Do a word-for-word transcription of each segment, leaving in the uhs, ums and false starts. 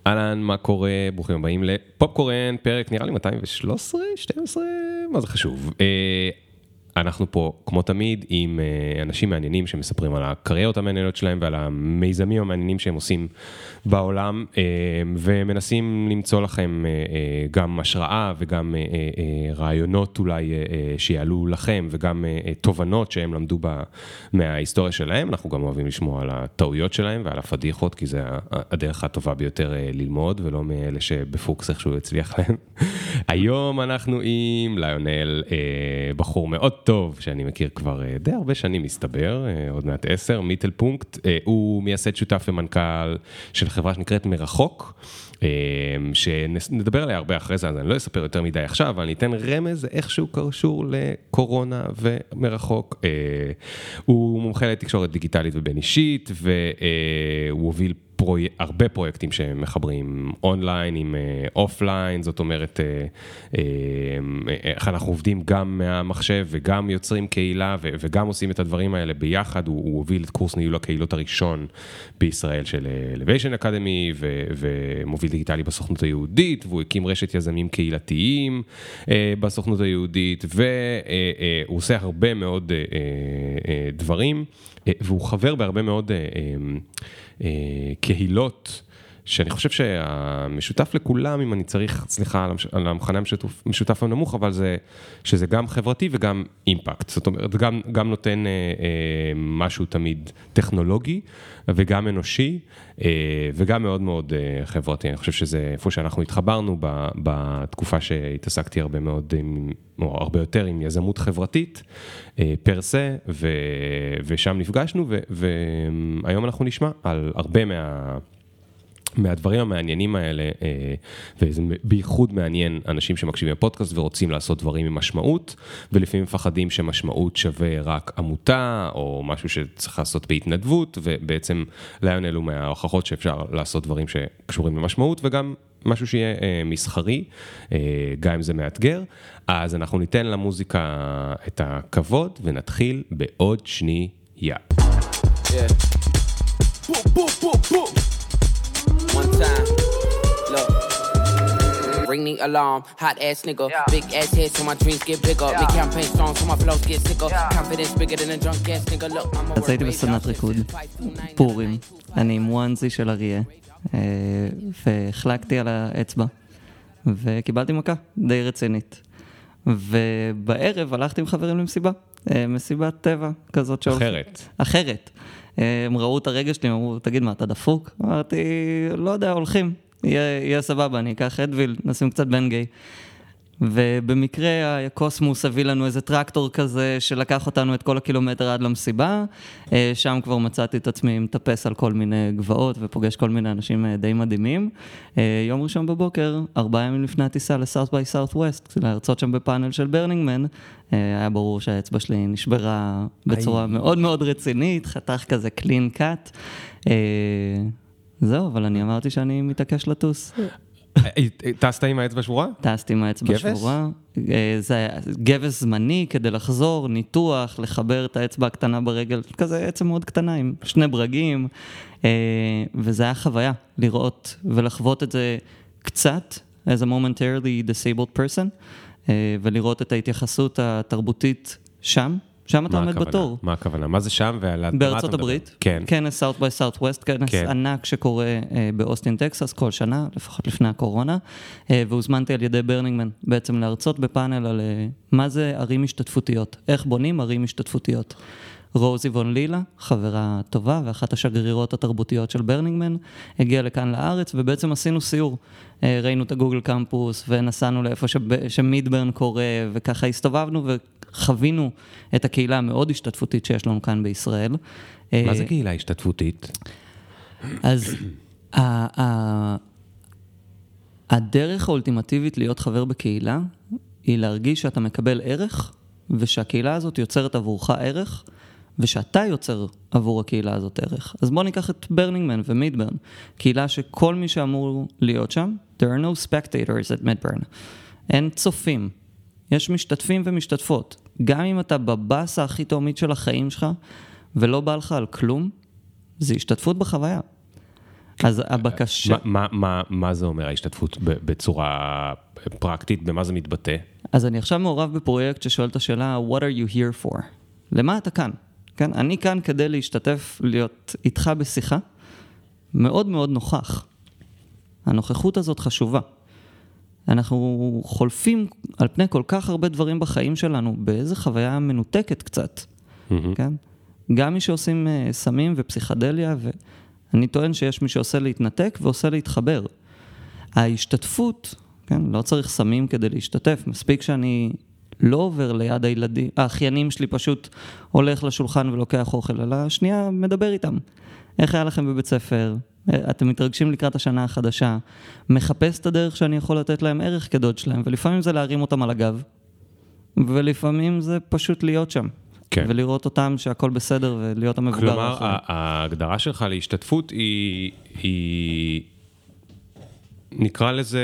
אהלן, מה קורה? ברוכים הבאים לפופקורן, פרק נראה לי מאתיים ושלוש עשרה, שתים עשרה, מה זה חשוב? אנחנו פה, כמו תמיד, עם אנשים מעניינים שמספרים על הקריירות המעניינות שלהם ועל המיזמים המעניינים שהם עושים בעולם, ומנסים למצוא לכם גם השראה וגם רעיונות אולי שיעלו לכם, וגם תובנות שהם למדו מההיסטוריה שלהם. אנחנו גם אוהבים לשמוע על הטעויות שלהם ועל הפדיחות, כי זה הדרך הטובה ביותר ללמוד, ולא מאלה שבפוקס איכשהו הצליח להם. היום אנחנו עם ליונל, בחור מאוד טוב, שאני מכיר כבר די הרבה שנים מסתבר, עוד מעט עשר, מיטל פונקט, הוא מייסד שותף ומנכ"ל של חברה שנקראת מרחוק, שנדבר עליה הרבה אחרי זה, אז אני לא אספר יותר מדי עכשיו, אבל אני אתן רמז איכשהו קשור לקורונה ומרחוק. הוא מומחה לתקשורת דיגיטלית ובין אישית, והוא הוביל פרוי... הרבה פרויקטים שמחברים אונליין עם אופליין, זאת אומרת, איך אנחנו עובדים גם מהמחשב וגם יוצרים קהילה ו... וגם עושים את הדברים האלה ביחד. הוא, הוא הוביל את קורס ניהול הקהילות הראשון בישראל של Elevation Academy ו... ומוביל דיגיטלי בסוכנות היהודית, והוא הקים רשת יזמים קהילתיים בסוכנות היהודית, והוא עושה הרבה מאוד דברים, והוא חבר בהרבה מאוד קהילות, שאני חושב שהמשותף לכולם, אם אני צריך, סליחה, על המחנה המשותף הנמוך, אבל זה, שזה גם חברתי וגם אימפקט. זאת אומרת, גם, גם נותן אה, אה, משהו תמיד טכנולוגי, וגם אנושי, אה, וגם מאוד מאוד אה, חברתי. אני חושב שזה איפה שאנחנו התחברנו ב, בתקופה שהתעסקתי הרבה מאוד, עם, או הרבה יותר עם יזמות חברתית, אה, פרסה, ו, ושם נפגשנו, ו, והיום אנחנו נשמע על הרבה מה... מהדברים המעניינים האלה, וזה בייחוד מעניין אנשים שמקשיבים לפודקאסט ורוצים לעשות דברים עם משמעות, ולפעמים מפחדים שמשמעות שווה רק עמותה, או משהו שצריך לעשות בהתנדבות, ובעצם ליונל הוא מההוכחות שאפשר לעשות דברים שקשורים למשמעות, וגם משהו שיהיה מסחרי, גם אם זה מאתגר. אז אנחנו ניתן למוזיקה את הכבוד, ונתחיל בעוד שנייה. Yeah. בוא, בוא, בוא, בוא. One time, look, ring the alarm, hot ass nigga, yeah. Big ass head so my dreams get bigger, yeah. Big campaign strong so my flows get sicker, yeah. Confidence bigger than a drunk ass nigga, look, I'm a... אז הייתי בסדנת ריקוד, פורים, אני עם וואנזי של אריה, והחלקתי על האצבע, וקיבלתי מכה די רצינית, ובערב הלכתי עם חברים למסיבה, מסיבת טבע כזאת שהולכת. אחרת. אחרת. הם ראו את הרגע שלי, הם אמרו, תגיד מה, אתה דפוק? אמרתי, לא יודע, הולכים, יהיה, יהיה סבבה, אני אקח אדוויל, נשים קצת בנגי. ובמקרה הקוסמוס הביא לנו איזה טרקטור כזה, שלקח אותנו את כל הקילומטר עד למסיבה, שם כבר מצאתי את עצמי מטפס על כל מיני גבעות, ופוגש כל מיני אנשים די מדהימים. יום ראשון בבוקר, ארבעה ימים לפני הטיסה לסאות' ביי סאות' ווסט, להרצות שם בפאנל של ברנינג מן, היה ברור שהאצבע שלי נשברה בצורה מאוד מאוד רצינית, חתך כזה קלין קאט. זהו, אבל אני אמרתי שאני מתעקש לטוס. טסת עם האצבע שבורה? טסתי עם האצבע שבורה. זה גבס זמני כדי לחזור, ניתוח, לחבר את האצבע הקטנה ברגל, כזה עצם מאוד קטנה עם שני ברגים, וזה היה חוויה לראות ולחוות את זה קצת, as a momentarily disabled person, ולראות את ההתייחסות התרבותית שם, שם אתה עומד בתור. מה הכוונה? מה זה שם? בארצות הברית. כן. כנס סאות' ביי סאות' ווסט, כנס ענק שקורה באוסטין, טקסס, כל שנה, לפחות לפני הקורונה, והוזמנתי על ידי ברנינג מן, בעצם להרצות בפאנל על מה זה ערים השתתפותיות, איך בונים ערים השתתפותיות. רוזי וון לילה, חברה טובה, ואחת השגרירות התרבותיות של ברנינג מן, הגיעה לכאן לארץ, ובעצם עשינו סיור. ראינו את הגוגל קמפוס, ונסענו לאיפה שמידברן קורה, וככה הסתובבנו וחווינו את הקהילה המאוד השתתפותית שיש לנו כאן בישראל. מה זה קהילה השתתפותית? אז הדרך האולטימטיבית להיות חבר בקהילה, היא להרגיש שאתה מקבל ערך, ושהקהילה הזאת יוצרת עבורך ערך, ושאתה יוצר עבור הקהילה הזאת ערך. אז בוא ניקח את ברנינג מן ומידברן, קהילה שכל מי שאמור להיות שם, there are no spectators at מידברן. אין צופים. יש משתתפים ומשתתפות. גם אם אתה בבאסה הכי תאומית של החיים שלך, ולא בא לך על כלום, זה השתתפות בחוויה. אז הבקשה... מה, מה, מה, מה זה אומר ההשתתפות בצורה פרקטית? במה זה מתבטא? אז אני עכשיו מעורב בפרויקט ששואל את השאלה, what are you here for? למה אתה כאן? כן? אני כאן כדי להשתתף, להיות איתך בשיחה, מאוד מאוד נוכח. הנוכחות הזאת חשובה. אנחנו חולפים על פני כל כך הרבה דברים בחיים שלנו, באיזו חוויה מנותקת קצת. Mm-hmm. כן? גם מי שעושים uh, סמים ופסיכדליה, ואני טוען שיש מי שעושה להתנתק ועושה להתחבר. ההשתתפות, כן? לא צריך סמים כדי להשתתף, מספיק שאני לא עובר ליד הילדים, האחיינים שלי פשוט הולך לשולחן ולוקח אוכל, אלא שנייה מדבר איתם. איך היה לכם בבית ספר? אתם מתרגשים לקראת השנה החדשה, מחפש את הדרך שאני יכול לתת להם ערך כדוד שלהם, ולפעמים זה להרים אותם על הגב, ולפעמים זה פשוט להיות שם, כן. ולראות אותם שהכל בסדר, ולהיות המבוגר. כלומר, ההגדרה שלך להשתתפות היא, היא... נקרא לזה,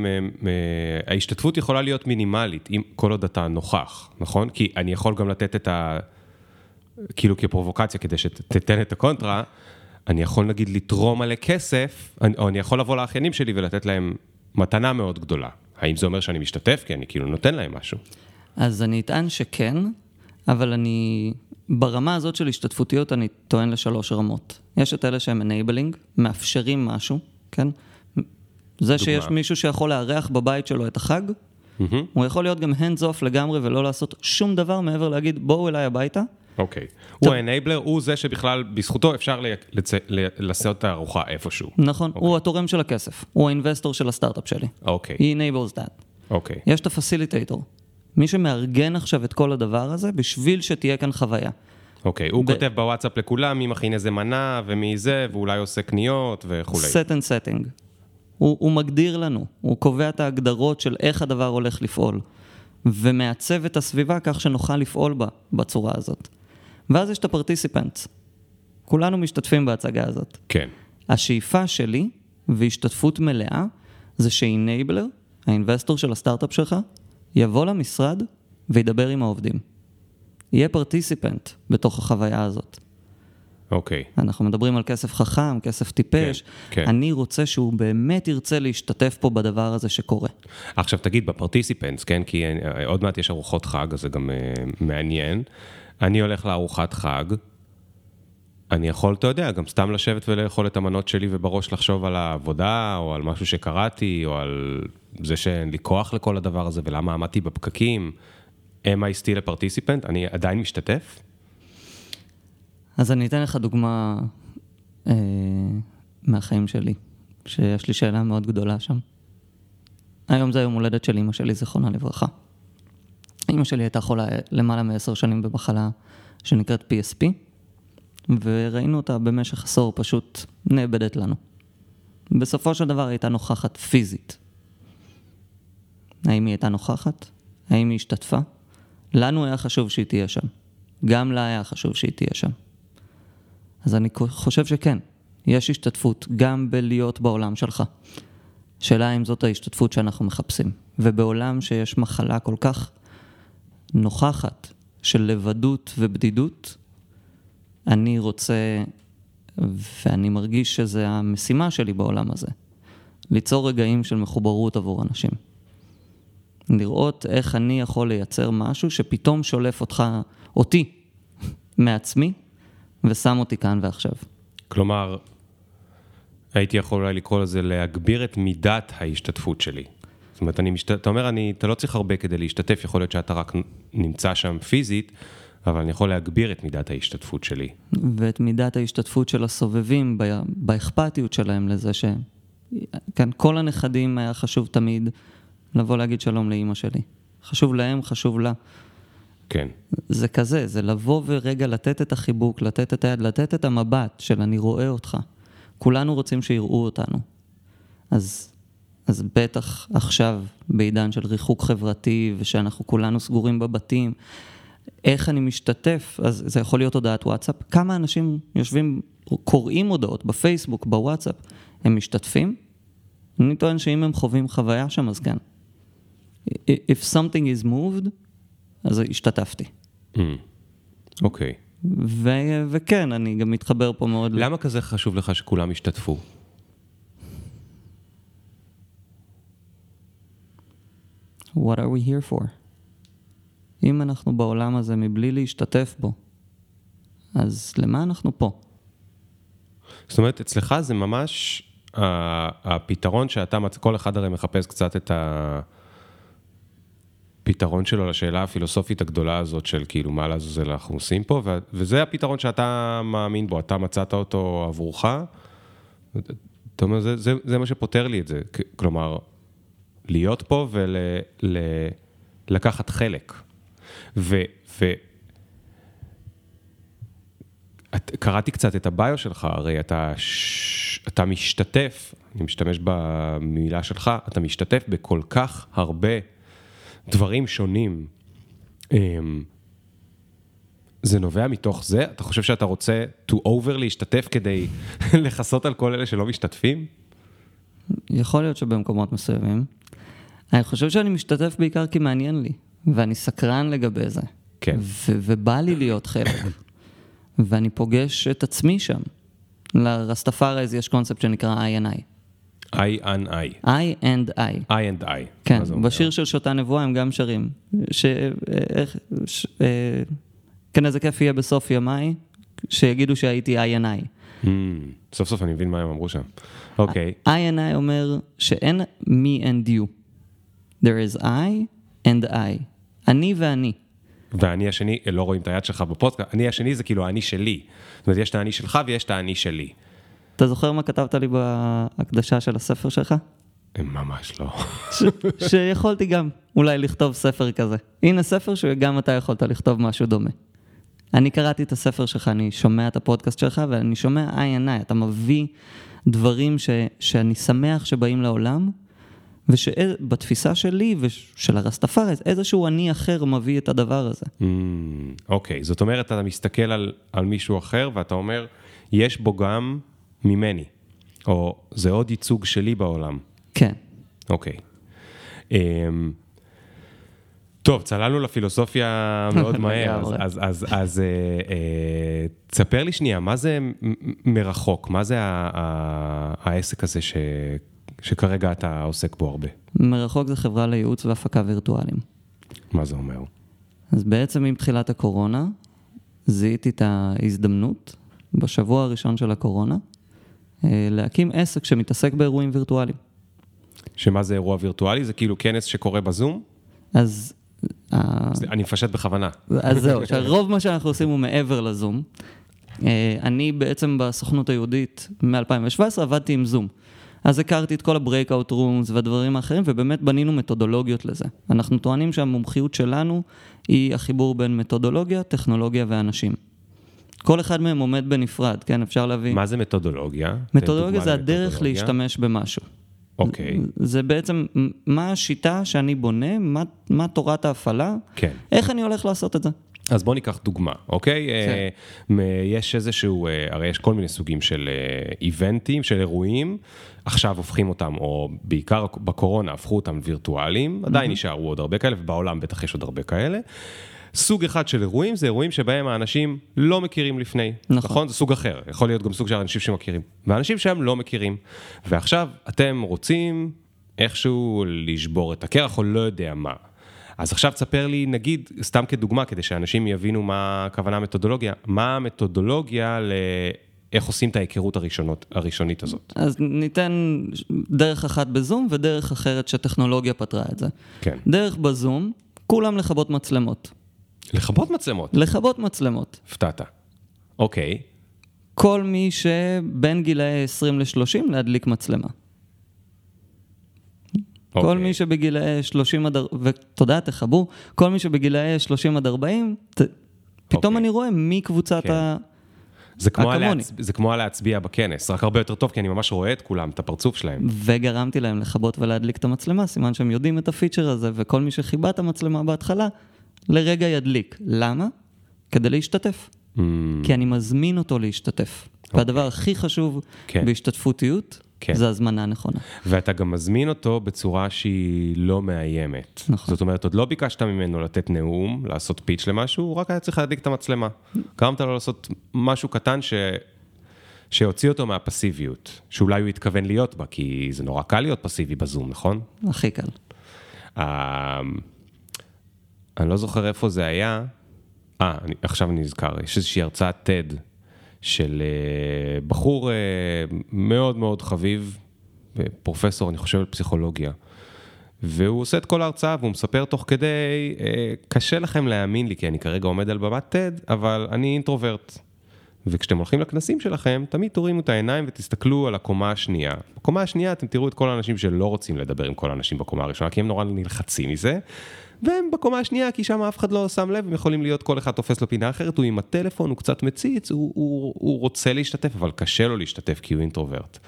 ההשתתפות יכולה להיות מינימלית, אם כל עוד אתה נוכח, נכון? כי אני יכול גם לתת את ה... כאילו כפרובוקציה, כדי שתתן את הקונטרה, אני יכול נגיד לתרום עלי כסף, או אני יכול לבוא לאחיינים שלי ולתת להם מתנה מאוד גדולה. האם זה אומר שאני משתתף? כי אני כאילו נותן להם משהו. אז אני אטען שכן, אבל אני, ברמה הזאת של השתתפותיות, אני טוען לשלוש רמות. יש את אלה שהם enabling, מאפשרים משהו, כן? זה שיש מישהו שיכול לארח בבית שלו את החג, mm-hmm. הוא יכול להיות גם hands off לגמרי ולא לעשות שום דבר מעבר להגיד בואו אליי הביתה. אוקיי. הוא האנבלר, הוא זה שבכלל בזכותו אפשר לעשות את הארוחה איפשהו. נכון, הוא התורם של הכסף, הוא האינבסטור של הסטארט-אפ שלי. אוקיי. He enables that. אוקיי. יש את הפסיליטייטור. מי שמארגן עכשיו את כל הדבר הזה בשביל שתהיה כאן חוויה. אוקיי, הוא כותב בוואטסאפ לכולם מי מכין איזה מנה ומי זה, ואולי עושה קניות וכו'. set and setting. הוא, הוא מגדיר לנו, הוא קובע את ההגדרות של איך הדבר הולך לפעול, ומעצב את הסביבה כך שנוכל לפעול בה בצורה הזאת. ואז יש את הפרטיסיפנט. כולנו משתתפים בהצגה הזאת. כן. השאיפה שלי, והשתתפות מלאה, זה שאינבלר, האינבסטור של הסטארט-אפ שלך, יבוא למשרד וידבר עם העובדים. יהיה פרטיסיפנט בתוך החוויה הזאת. אוקיי. אנחנו מדברים על כסף חכם, כסף טיפש. כן, כן. אני רוצה שהוא באמת ירצה להשתתף פה בדבר הזה שקורה. עכשיו תגיד, בפרטיסיפנטס, כן? כי עוד מעט יש ארוחות חג, אז זה גם uh, מעניין. אני הולך לארוחת חג, אני יכול, אתה יודע, גם סתם לשבת ולאכול את המנות שלי ובראש לחשוב על העבודה, או על משהו שקראתי, או על זה שאין לי כוח לכל הדבר הזה, ולמה עמדתי בפקקים. Am I still a participant? אני עדיין משתתף? אז אני אתן לך דוגמה אה, מהחיים שלי, שיש לי שאלה מאוד גדולה שם. היום זה היום הולדת של אמא שלי, זכרונה לברכה. אמא שלי הייתה חולה למעלה מעשר שנים במחלה שנקראת פי אס פי, וראינו אותה במשך עשור פשוט נאבדת לנו. בסופו של דבר הייתה נוכחת פיזית. האם היא הייתה נוכחת? האם היא השתתפה? לנו היה חשוב שהיא תהיה שם. גם לה היה חשוב שהיא תהיה שם. אז אני חושב שכן, יש השתתפות גם בלהיות בעולם שלך. שאלה אם זאת ההשתתפות שאנחנו מחפשים. ובעולם שיש מחלה כל כך נוכחת של לבדות ובדידות, אני רוצה, ואני מרגיש שזה המשימה שלי בעולם הזה, ליצור רגעים של מחוברות עבור אנשים. לראות איך אני יכול לייצר משהו שפתאום שולף אותך, אותי, מעצמי, ושם אותי כאן ועכשיו. כלומר, הייתי יכול אולי לקרוא לזה להגביר את מידת ההשתתפות שלי. זאת אומרת, אני משת... אתה אומר, אני... אתה לא צריך הרבה כדי להשתתף, יכול להיות שאתה רק נמצא שם פיזית, אבל אני יכול להגביר את מידת ההשתתפות שלי. ואת מידת ההשתתפות של הסובבים, בה... באכפתיות שלהם לזה ש... כאן כל הנכדים היה חשוב תמיד לבוא להגיד שלום לאמא שלי. חשוב להם, חשוב לה. כן. זה כזה, זה לבוא ורגע לתת את החיבוק, לתת את היד, לתת את המבט של אני רואה אותך. כולנו רוצים שיראו אותנו. אז, אז בטח עכשיו, בעידן של ריחוק חברתי, ושאנחנו כולנו סגורים בבתים, איך אני משתתף, אז זה יכול להיות הודעת וואטסאפ. כמה אנשים יושבים, קוראים הודעות בפייסבוק, בוואטסאפ, הם משתתפים? אני טוען שאם הם חווים חוויה שם, אז כן. If something is moved, אז השתתפתי. אוקיי. וכן, אני גם מתחבר פה מאוד. למה כזה חשוב לך שכולם ישתתפו? what are we here for? אם אנחנו בעולם הזה מבלי להשתתף בו, אז למה אנחנו פה? זאת אומרת, אצלך זה ממש הפתרון שאתה, כל אחד הרי מחפש קצת את הפתרון שלו לשאלה הפילוסופית הגדולה הזאת של כאילו מה לעזאזל אנחנו עושים פה, וזה הפתרון שאתה מאמין בו, אתה מצאת אותו עבורך, אתה אומר, זה, זה, זה מה שפותר לי את זה, כלומר, להיות פה ולקחת חלק. ו... ו קראתי קצת את הביו שלך, הרי אתה, אתה משתתף, אני משתמש במילה שלך, אתה משתתף בכל כך הרבה דברים שונים. זה נובע מתוך זה? אתה חושב שאתה רוצה to over להשתתף כדי לחסות על כל אלה שלא משתתפים? יכול להיות שבמקומות מסוימים. אני חושב שאני משתתף בעיקר כי מעניין לי, ואני סקרן לגבי זה. כן. ו- ובא לי להיות חלק. ואני פוגש את עצמי שם. לרסטפאריז יש קונספט שנקרא I and I. I and I. I and I. I and I. כן, בשיר של שותה נבואה הם גם שרים. ש... איך... ש... כן, איזה כיף יהיה בסוף ימיי, שיגידו שהייתי I and I. Mm, סוף סוף אני מבין מה הם אמרו שם. אוקיי. I and I אומר שאין me and you. There is I and I. אני ואני. ואני השני, לא רואים את היד שלך בפודקאסט, אני השני זה כאילו האני שלי. זאת אומרת, יש את האני שלך ויש את האני שלי. אתה זוכר מה כתבת לי בהקדשה של הספר שלך? ממש לא. ש- שיכולתי גם אולי לכתוב ספר כזה. הנה ספר שגם אתה יכולת לכתוב משהו דומה. אני קראתי את הספר שלך, אני שומע את הפודקאסט שלך, ואני שומע I and I. אתה מביא דברים ש- שאני שמח שבאים לעולם, ושבתפיסה שלי ושל הרסטפאריז, איזשהו אני אחר מביא את הדבר הזה. אוקיי, זאת אומרת, אתה מסתכל על, על מישהו אחר, ואתה אומר, יש בו גם ממני, או זה עוד ייצוג שלי בעולם. כן. אוקיי. טוב, צללנו לפילוסופיה מאוד מהר, אז, אז, אז, אז תספר לי שנייה, מה זה מרחוק? מה זה העסק הזה ש... שכרגע אתה עוסק בו הרבה? מרחוק זה חברה לייעוץ והפקה וירטואליים. מה זה אומר? אז בעצם עם תחילת הקורונה, זיהיתי את ההזדמנות, בשבוע הראשון של הקורונה, להקים עסק שמתעסק באירועים וירטואליים. שמה זה אירוע וירטואלי? זה כאילו כנס שקורה בזום? אז... אני מפשט בכוונה. אז זהו, שרוב מה שאנחנו עושים הוא מעבר לזום. אני בעצם בסוכנות היהודית מ-אלפיים שבע עשרה עבדתי עם זום. אז הכרתי את כל ה-breakout rooms והדברים האחרים, ובאמת בנינו מתודולוגיות לזה. אנחנו טוענים שהמומחיות שלנו היא החיבור בין מתודולוגיה, טכנולוגיה ואנשים. כל אחד מהם עומד בנפרד, כן? אפשר להביא... מה זה מתודולוגיה? מתודולוגיה זה הדרך להשתמש במשהו. אוקיי. זה בעצם, מה השיטה שאני בונה, מה, מה תורת ההפעלה, כן. איך אני הולך לעשות את זה? אז בוא ניקח דוגמה, אוקיי? כן. יש איזשהו, הרי יש כל מיני סוגים של איבנטים, של אירועים, עכשיו הופכים אותם, או בעיקר בקורונה הפכו אותם וירטואליים, עדיין נשארו עוד הרבה כאלה, ובעולם בטח יש עוד הרבה כאלה. סוג אחד של אירועים, זה אירועים שבהם האנשים לא מכירים לפני. נכון. נכון? זה סוג אחר. יכול להיות גם סוג של אנשים שמכירים. ואנשים שהם לא מכירים. ועכשיו אתם רוצים איכשהו לשבור את הקרח, או לא יודע מה. אז עכשיו תספר לי, נגיד, סתם כדוגמה, כדי שאנשים יבינו מה הכוונה המתודולוגיה, מה המתודולוגיה לאיך עושים את ההיכרות הראשונות, הראשונית הזאת. אז ניתן דרך אחת בזום, ודרך אחרת שטכנולוגיה פתרה את זה. כן. דרך בזום, כולם לכבות מצלמות. לכבות מצלמות? לכבות מצלמות. הפתעת. אוקיי. כל מי שבין גילאי עשרים לשלושים להדליק מצלמה. Okay. כל מי שבגילאי שלושים עד... ותודה, תחברו. כל מי שבגילאי שלושים עד ארבעים, ת... פתאום okay. אני רואה מי קבוצת okay. ה... זה כמו, להצ... זה כמו להצביע בכנס, רק הרבה יותר טוב, כי אני ממש רואה את כולם, את הפרצוף שלהם. וגרמתי להם לכבות ולהדליק את המצלמה, סימן שהם יודעים את הפיצ'ר הזה, וכל מי שחיבה את המצלמה בהתחלה, לרגע ידליק. למה? כדי להשתתף. Mm. כי אני מזמין אותו להשתתף. Okay. והדבר הכי חשוב okay. בהשתתפותיות, כן. זה הזמנה נכונה. ואתה גם מזמין אותו בצורה שהיא לא מאיימת. נכון. זאת אומרת, עוד לא ביקשת ממנו לתת נאום, לעשות פיץ' למשהו, הוא רק היה צריך להדליק את המצלמה. קרמת לו לעשות משהו קטן ש... שהוציא אותו מהפסיביות, שאולי הוא יתכוון להיות בה, כי זה נורא קל להיות פסיבי בזום, נכון? הכי קל. אני לא זוכר איפה זה היה, אה, עכשיו אני נזכר, יש איזושהי הרצאת טד של בחור מאוד מאוד חביב, פרופסור, אני חושב על פסיכולוגיה, והוא עושה את כל ההרצאה, והוא מספר תוך כדי, קשה לכם להאמין לי, כי אני כרגע עומד על במת טד, אבל אני אינטרוברט. וכשאתם הולכים לכנסים שלכם, תמיד תורימו את העיניים ותסתכלו על הקומה השנייה. בקומה השנייה אתם תראו את כל האנשים שלא רוצים לדבר עם כל האנשים בקומה הראשונה, כי הם נורא נלחצים מזה, והם בקומה השנייה, כי שם אף אחד לא שם לב, הם יכולים להיות כל אחד תופס לו פינה אחרת, הוא עם הטלפון, הוא קצת מציץ, הוא, הוא, הוא רוצה להשתתף, אבל קשה לו להשתתף כי הוא אינטרוברט.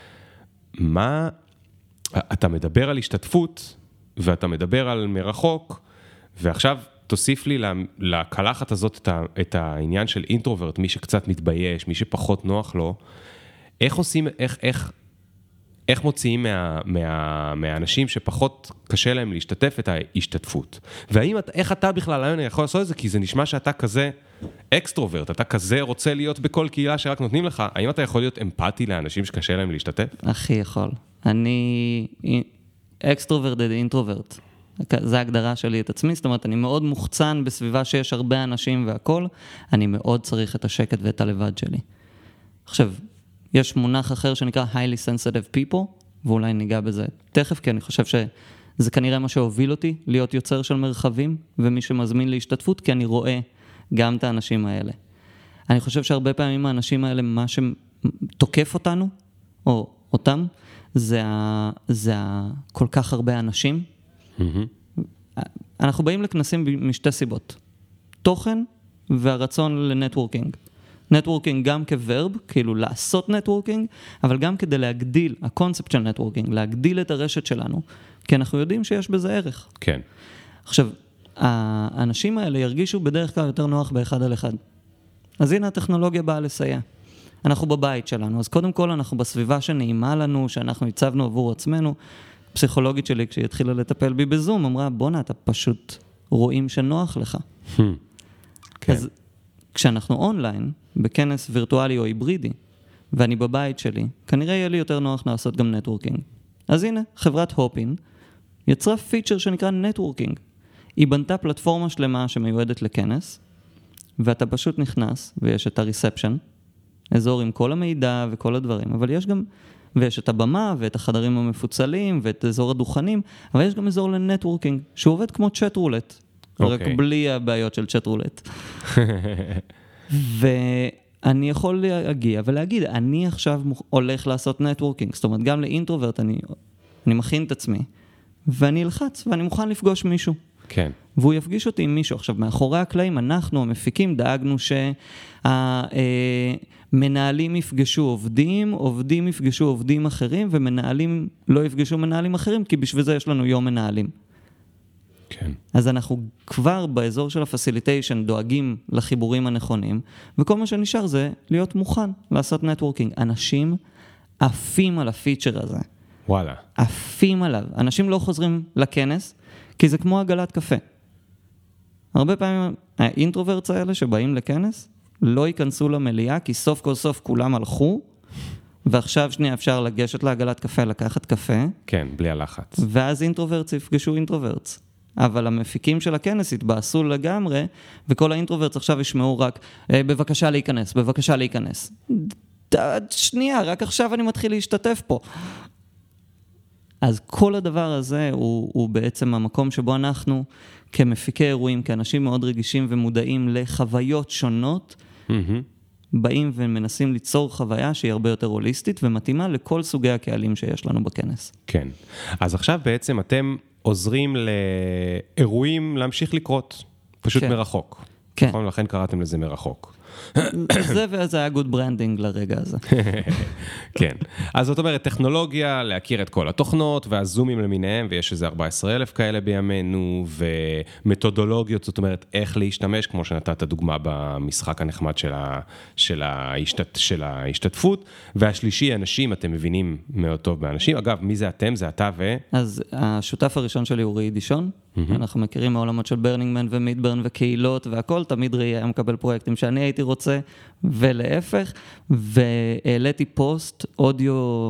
מה, אתה מדבר על השתתפות, ואתה מדבר על מרחוק, ועכשיו תוסיף לי לקלחת הזאת את, ה, את העניין של אינטרוברט, מי שקצת מתבייש, מי שפחות נוח לו, איך עושים, איך, איך, איך מוציאים מה, מה, מהאנשים שפחות קשה להם להשתתף את ההשתתפות? והאם, איך אתה בכלל היום יכול לעשות את זה? כי זה נשמע שאתה כזה אקסטרוברט, אתה כזה רוצה להיות בכל קהילה שרק נותנים לך. האם אתה יכול להיות אמפתי לאנשים שקשה להם להשתתף? הכי יכול. אני אקסטרוברט אינטרוברט. זה ההגדרה שלי את עצמי, זאת אומרת, אני מאוד מוחצן בסביבה שיש הרבה אנשים והכל, אני מאוד צריך את השקט ואת הלבד שלי. עכשיו, יש מונח אחר שנקרא highly sensitive people, ואולי ניגע בזה תכף, כי אני חושב שזה כנראה מה שהוביל אותי, להיות יוצר של מרחבים, ומי שמזמין להשתתפות, כי אני רואה גם את האנשים האלה. אני חושב שהרבה פעמים האנשים האלה, מה שתוקף אותנו, או אותם, זה, ה, זה ה, כל כך הרבה אנשים. Mm-hmm. אנחנו באים לכנסים משתי סיבות. תוכן והרצון לנטוורקינג. נטוורקינג גם כוורב, כאילו לעשות נטוורקינג, אבל גם כדי להגדיל, הקונספט של נטוורקינג, להגדיל את הרשת שלנו, כי אנחנו יודעים שיש בזה ערך. כן. עכשיו, האנשים האלה ירגישו בדרך כלל יותר נוח באחד על אחד. אז הנה הטכנולוגיה באה לסייע. אנחנו בבית שלנו, אז קודם כל אנחנו בסביבה שנעימה לנו, שאנחנו הצבנו עבור עצמנו. פסיכולוגית שלי, כשהיא התחילה לטפל בי בזום, אמרה, בונה, אתה פשוט רואים שנוח לך. כן. אז כשאנחנו אונליין, בכנס וירטואלי או היברידי, ואני בבית שלי, כנראה יהיה לי יותר נוח לעשות גם נטוורקינג. אז הנה, חברת הופין יצרה פיצ'ר שנקרא נטוורקינג. היא בנתה פלטפורמה שלמה שמיועדת לכנס, ואתה פשוט נכנס, ויש את הריספשן, אזור עם כל המידע וכל הדברים, אבל יש גם, ויש את הבמה ואת החדרים המפוצלים ואת אזור הדוכנים, אבל יש גם אזור לנטוורקינג, שהוא עובד כמו צ'אט רולט, okay. רק בלי הבעיות של צ'אט רולט. ואני יכול להגיע ולהגיד, אני עכשיו הולך לעשות נטוורקינג, זאת אומרת, גם לאינטרוברט אני, אני מכין את עצמי, ואני אלחץ ואני מוכן לפגוש מישהו. כן. והוא יפגיש אותי עם מישהו. עכשיו, מאחורי הקלעים, אנחנו, המפיקים, דאגנו שהמנהלים יפגשו עובדים, עובדים יפגשו עובדים אחרים, ומנהלים לא יפגשו מנהלים אחרים, כי בשביל זה יש לנו יום מנהלים. כן. אז אנחנו כבר באזור של הפסיליטיישן דואגים לחיבורים הנכונים, וכל מה שנשאר זה להיות מוכן לעשות נטוורקינג. אנשים עפים על הפיצ'ר הזה. וואלה. עפים עליו. אנשים לא חוזרים לכנס, כי זה כמו עגלת קפה. הרבה פעמים האינטרוברטס האלה שבאים לכנס, לא ייכנסו למליאה, כי סוף כל סוף כולם הלכו, ועכשיו שנייה אפשר לגשת לעגלת קפה, לקחת קפה. כן, בלי הלחץ. ואז אינטרוברטס יפגשו אינטרוברטס. אבל המפיקים של הכנס התבאסו לגמרי, וכל האינטרוברטס עכשיו ישמעו רק, בבקשה להיכנס, בבקשה להיכנס. שנייה, רק עכשיו אני מתחיל להשתתף פה. אז כל הדבר הזה הוא, הוא בעצם המקום שבו אנחנו כמפיקי אירועים, כאנשים מאוד רגישים ומודעים לחוויות שונות, mm-hmm. באים ומנסים ליצור חוויה שהיא הרבה יותר הוליסטית ומתאימה לכל סוגי הקהלים שיש לנו בכנס. כן. אז עכשיו בעצם אתם עוזרים לאירועים להמשיך לקרות, פשוט כן. מרחוק. כן. נכון? לכן קראתם לזה מרחוק. זה וזה היה good branding לרגע הזה. כן. אז זאת אומרת, טכנולוגיה, להכיר את כל התוכנות, והזומים למיניהם, ויש איזה ארבעה עשר אלף כאלה בימינו, ומתודולוגיות, זאת אומרת, איך להשתמש, כמו שנתת דוגמה במשחק הנחמד של, ה, של, ההשתת, של ההשתתפות, והשלישי, אנשים, אתם מבינים מאוד טוב באנשים. אגב, מי זה אתם? זה אתה ו... אז השותף הראשון שלי הוא ראי דישון, Mm-hmm. אנחנו מכירים מהעולמות של ברנינגמן ומידברן וקהילות והכל, תמיד ראי היה מקבל פרויקטים שאני הייתי רוצה ולהפך, והעליתי פוסט אודיו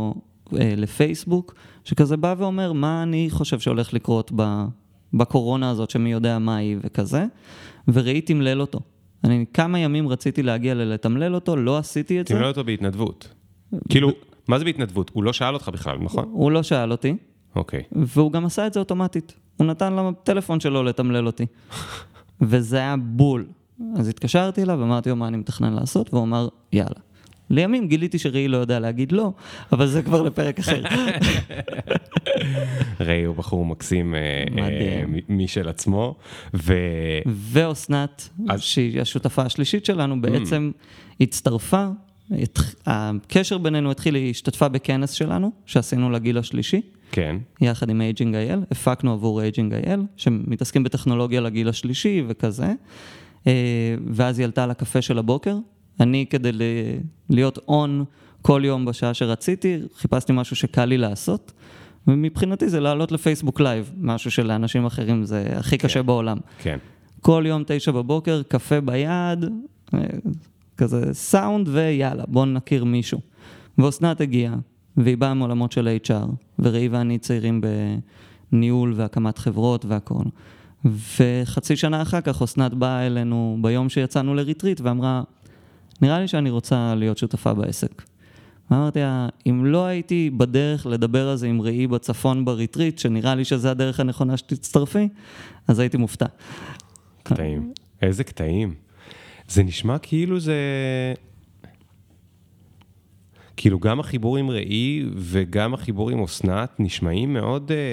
לפייסבוק, שכזה בא ואומר מה אני חושב שהולך לקרות בקורונה הזאת, שמי יודע מה היא וכזה, וראי תמלל אותו. אני כמה ימים רציתי להגיע לתמלל אותו, לא עשיתי את זה. תמלל אותו בהתנדבות. כאילו, מה זה בהתנדבות? הוא לא שאל אותך בכלל, נכון? הוא לא שאל אותי. אוקיי. והוא גם עשה את זה אוטומטית. הוא נתן לטלפון שלו לתמלל אותי. וזה היה בול. אז התקשרתי אליו ואמרתי לו מה אני מתכנן לעשות, והוא אמר, יאללה. לימים גיליתי שראי לא יודע להגיד לא, אבל זה כבר לפרק אחר. ראי הוא בחור מקסים משל עצמו. ואוסנת, שהיא השותפה השלישית שלנו, בעצם הצטרפה, הקשר בינינו התחיל, היא השתתפה בכנס שלנו, שעשינו לגיל השלישי. כן. יחד עם אייג'ינג איי אל, הפקנו עבור אייג'ינג איי אל, שמתעסקים בטכנולוגיה לגיל השלישי וכזה, ואז היא עלתה לקפה של הבוקר, אני כדי להיות און כל יום בשעה שרציתי, חיפשתי משהו שקל לי לעשות, ומבחינתי זה לעלות לפייסבוק לייב, משהו שלאנשים אחרים זה הכי קשה כן. בעולם. כן. כל יום תשע בבוקר, קפה ביד, כזה סאונד ויאללה, בוא נכיר מישהו. ואוסנת הגיעה, והיא באה מעולמות של אייץ' אר, וראי ואני צעירים בניהול והקמת חברות והכל. וחצי שנה אחר כך אוסנת באה אלינו ביום שיצאנו לריטריט, ואמרה, נראה לי שאני רוצה להיות שותפה בעסק. אמרתי, אם לא הייתי בדרך לדבר על זה עם ראי בצפון בריטריט, שנראה לי שזה הדרך הנכונה שתצטרפי, אז הייתי מופתע. קטעים. איזה קטעים. זה נשמע כאילו זה... כאילו גם החיבור עם ראי וגם החיבור עם אוסנת נשמעים מאוד אה,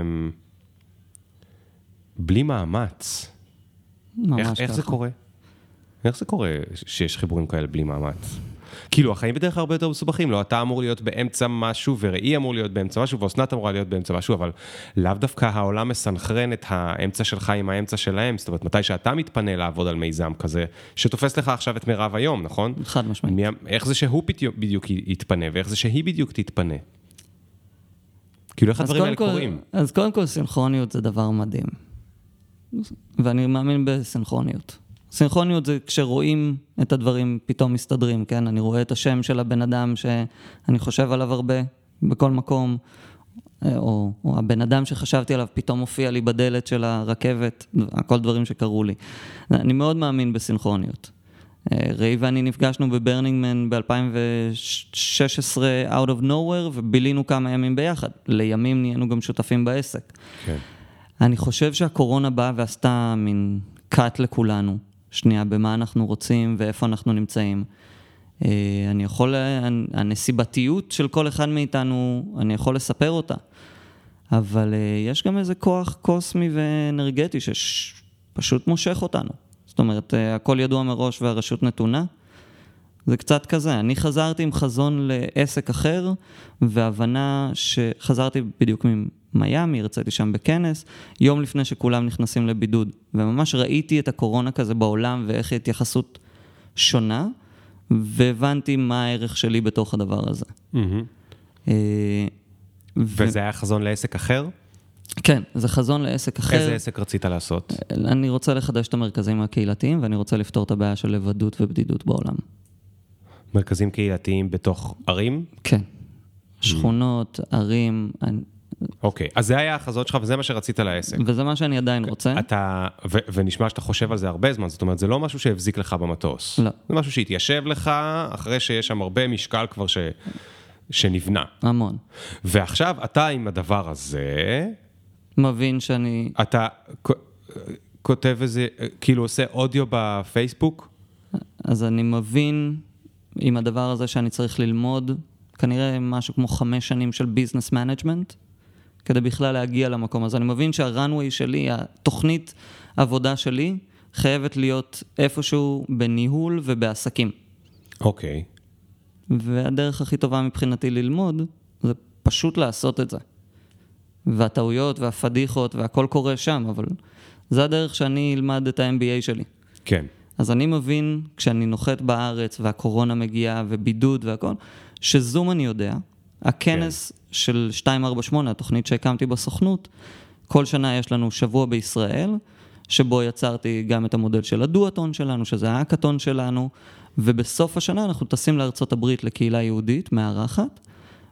בלי מאמץ. איך, איך זה קורה? איך זה קורה שיש חיבורים כאלה בלי מאמץ? כאילו החיים בדרך הרבה יותר מסובכים, לא, אתה אמור להיות באמצע משהו וראי אמור להיות באמצע משהו ואוסנת אמורה להיות באמצע משהו, אבל לאו דווקא העולם מסנכרן את האמצע שלך עם האמצע שלהם, זאת אומרת מתי שאתה מתפנה לעבוד על מיזם כזה, שתופס לך עכשיו את מירב היום, נכון? חד משמעית. איך זה שהוא בדיוק יתפנה ואיך זה שהיא בדיוק תתפנה? כאילו איך הדברים האלה קורים? אז קודם כל סינכרוניות זה דבר מדהים, ואני מאמין בסינכרוניות. סינכרוניות זה כשרואים את הדברים פתאום מסתדרים, כן? אני רואה את השם של הבן אדם שאני חושב עליו הרבה בכל מקום, או, או הבן אדם שחשבתי עליו פתאום מופיע לי בדלת של הרכבת, הכל דברים שקרו לי. אני מאוד מאמין בסינכרוניות. ראי ואני נפגשנו בברנינגמן ב-אלפיים ושש עשרה out of nowhere, ובילינו כמה ימים ביחד. לימים נהיינו גם שותפים בעסק. כן. אני חושב שהקורונה באה ועשתה מין קאט לכולנו. שנייה, במה אנחנו רוצים ואיפה אנחנו נמצאים. אני יכול, הנסיבתיות של כל אחד מאיתנו, אני יכול לספר אותה. אבל יש גם איזה כוח קוסמי ואנרגטי שפשוט מושך אותנו. זאת אומרת, הכל ידוע מראש והרשות נתונה. זה קצת כזה. אני חזרתי עם חזון לעסק אחר, והבנה שחזרתי בדיוק ממיימי, הרציתי שם בכנס, יום לפני שכולם נכנסים לבידוד. וממש ראיתי את הקורונה כזה בעולם, ואיך התייחסות שונה, והבנתי מה הערך שלי בתוך הדבר הזה. וזה היה חזון לעסק אחר? כן, זה חזון לעסק אחר. איזה עסק רצית לעשות? אני רוצה לחדש את המרכזים הקהילתיים, ואני רוצה לפתור את הבעיה של לבדות ובדידות בעולם. מרכזים קהילתיים בתוך ערים? כן. שכונות, ערים. אוקיי, אז זה היה החזון שלך, וזה מה שרצית לעסק. וזה מה שאני עדיין רוצה. אתה, ו- ונשמע שאתה חושב על זה הרבה זמן, זאת אומרת, זה לא משהו שהבזיק לך במטוס. לא. זה משהו שהתיישב לך, אחרי שיש שם הרבה משקל כבר ש... שנבנה. המון. ועכשיו אתה עם הדבר הזה... מבין שאני... אתה כותב איזה, כאילו עושה אודיו בפייסבוק? אז אני מבין עם הדבר הזה שאני צריך ללמוד, כנראה משהו כמו חמש שנים של ביזנס מנג'מנט, כדי בכלל להגיע למקום הזה. אני מבין שהרנווי שלי, התוכנית עבודה שלי, חייבת להיות איפשהו בניהול ובעסקים. אוקיי. והדרך הכי טובה מבחינתי ללמוד, זה פשוט לעשות את זה. והטעויות והפדיחות והכל קורה שם, אבל זה הדרך שאני אלמד את ה-אם בי איי שלי. כן. אז אני מבין, כשאני נוחת בארץ והקורונה מגיעה ובידוד והכל, שזום אני יודע, הכנס כן. של שתיים ארבע שמונה, התוכנית שהקמתי בסוכנות, כל שנה יש לנו שבוע בישראל, שבו יצרתי גם את המודל של הדואטון שלנו, שזה ההאקתון שלנו, ובסוף השנה אנחנו טסים לארצות הברית לקהילה יהודית, מארחת,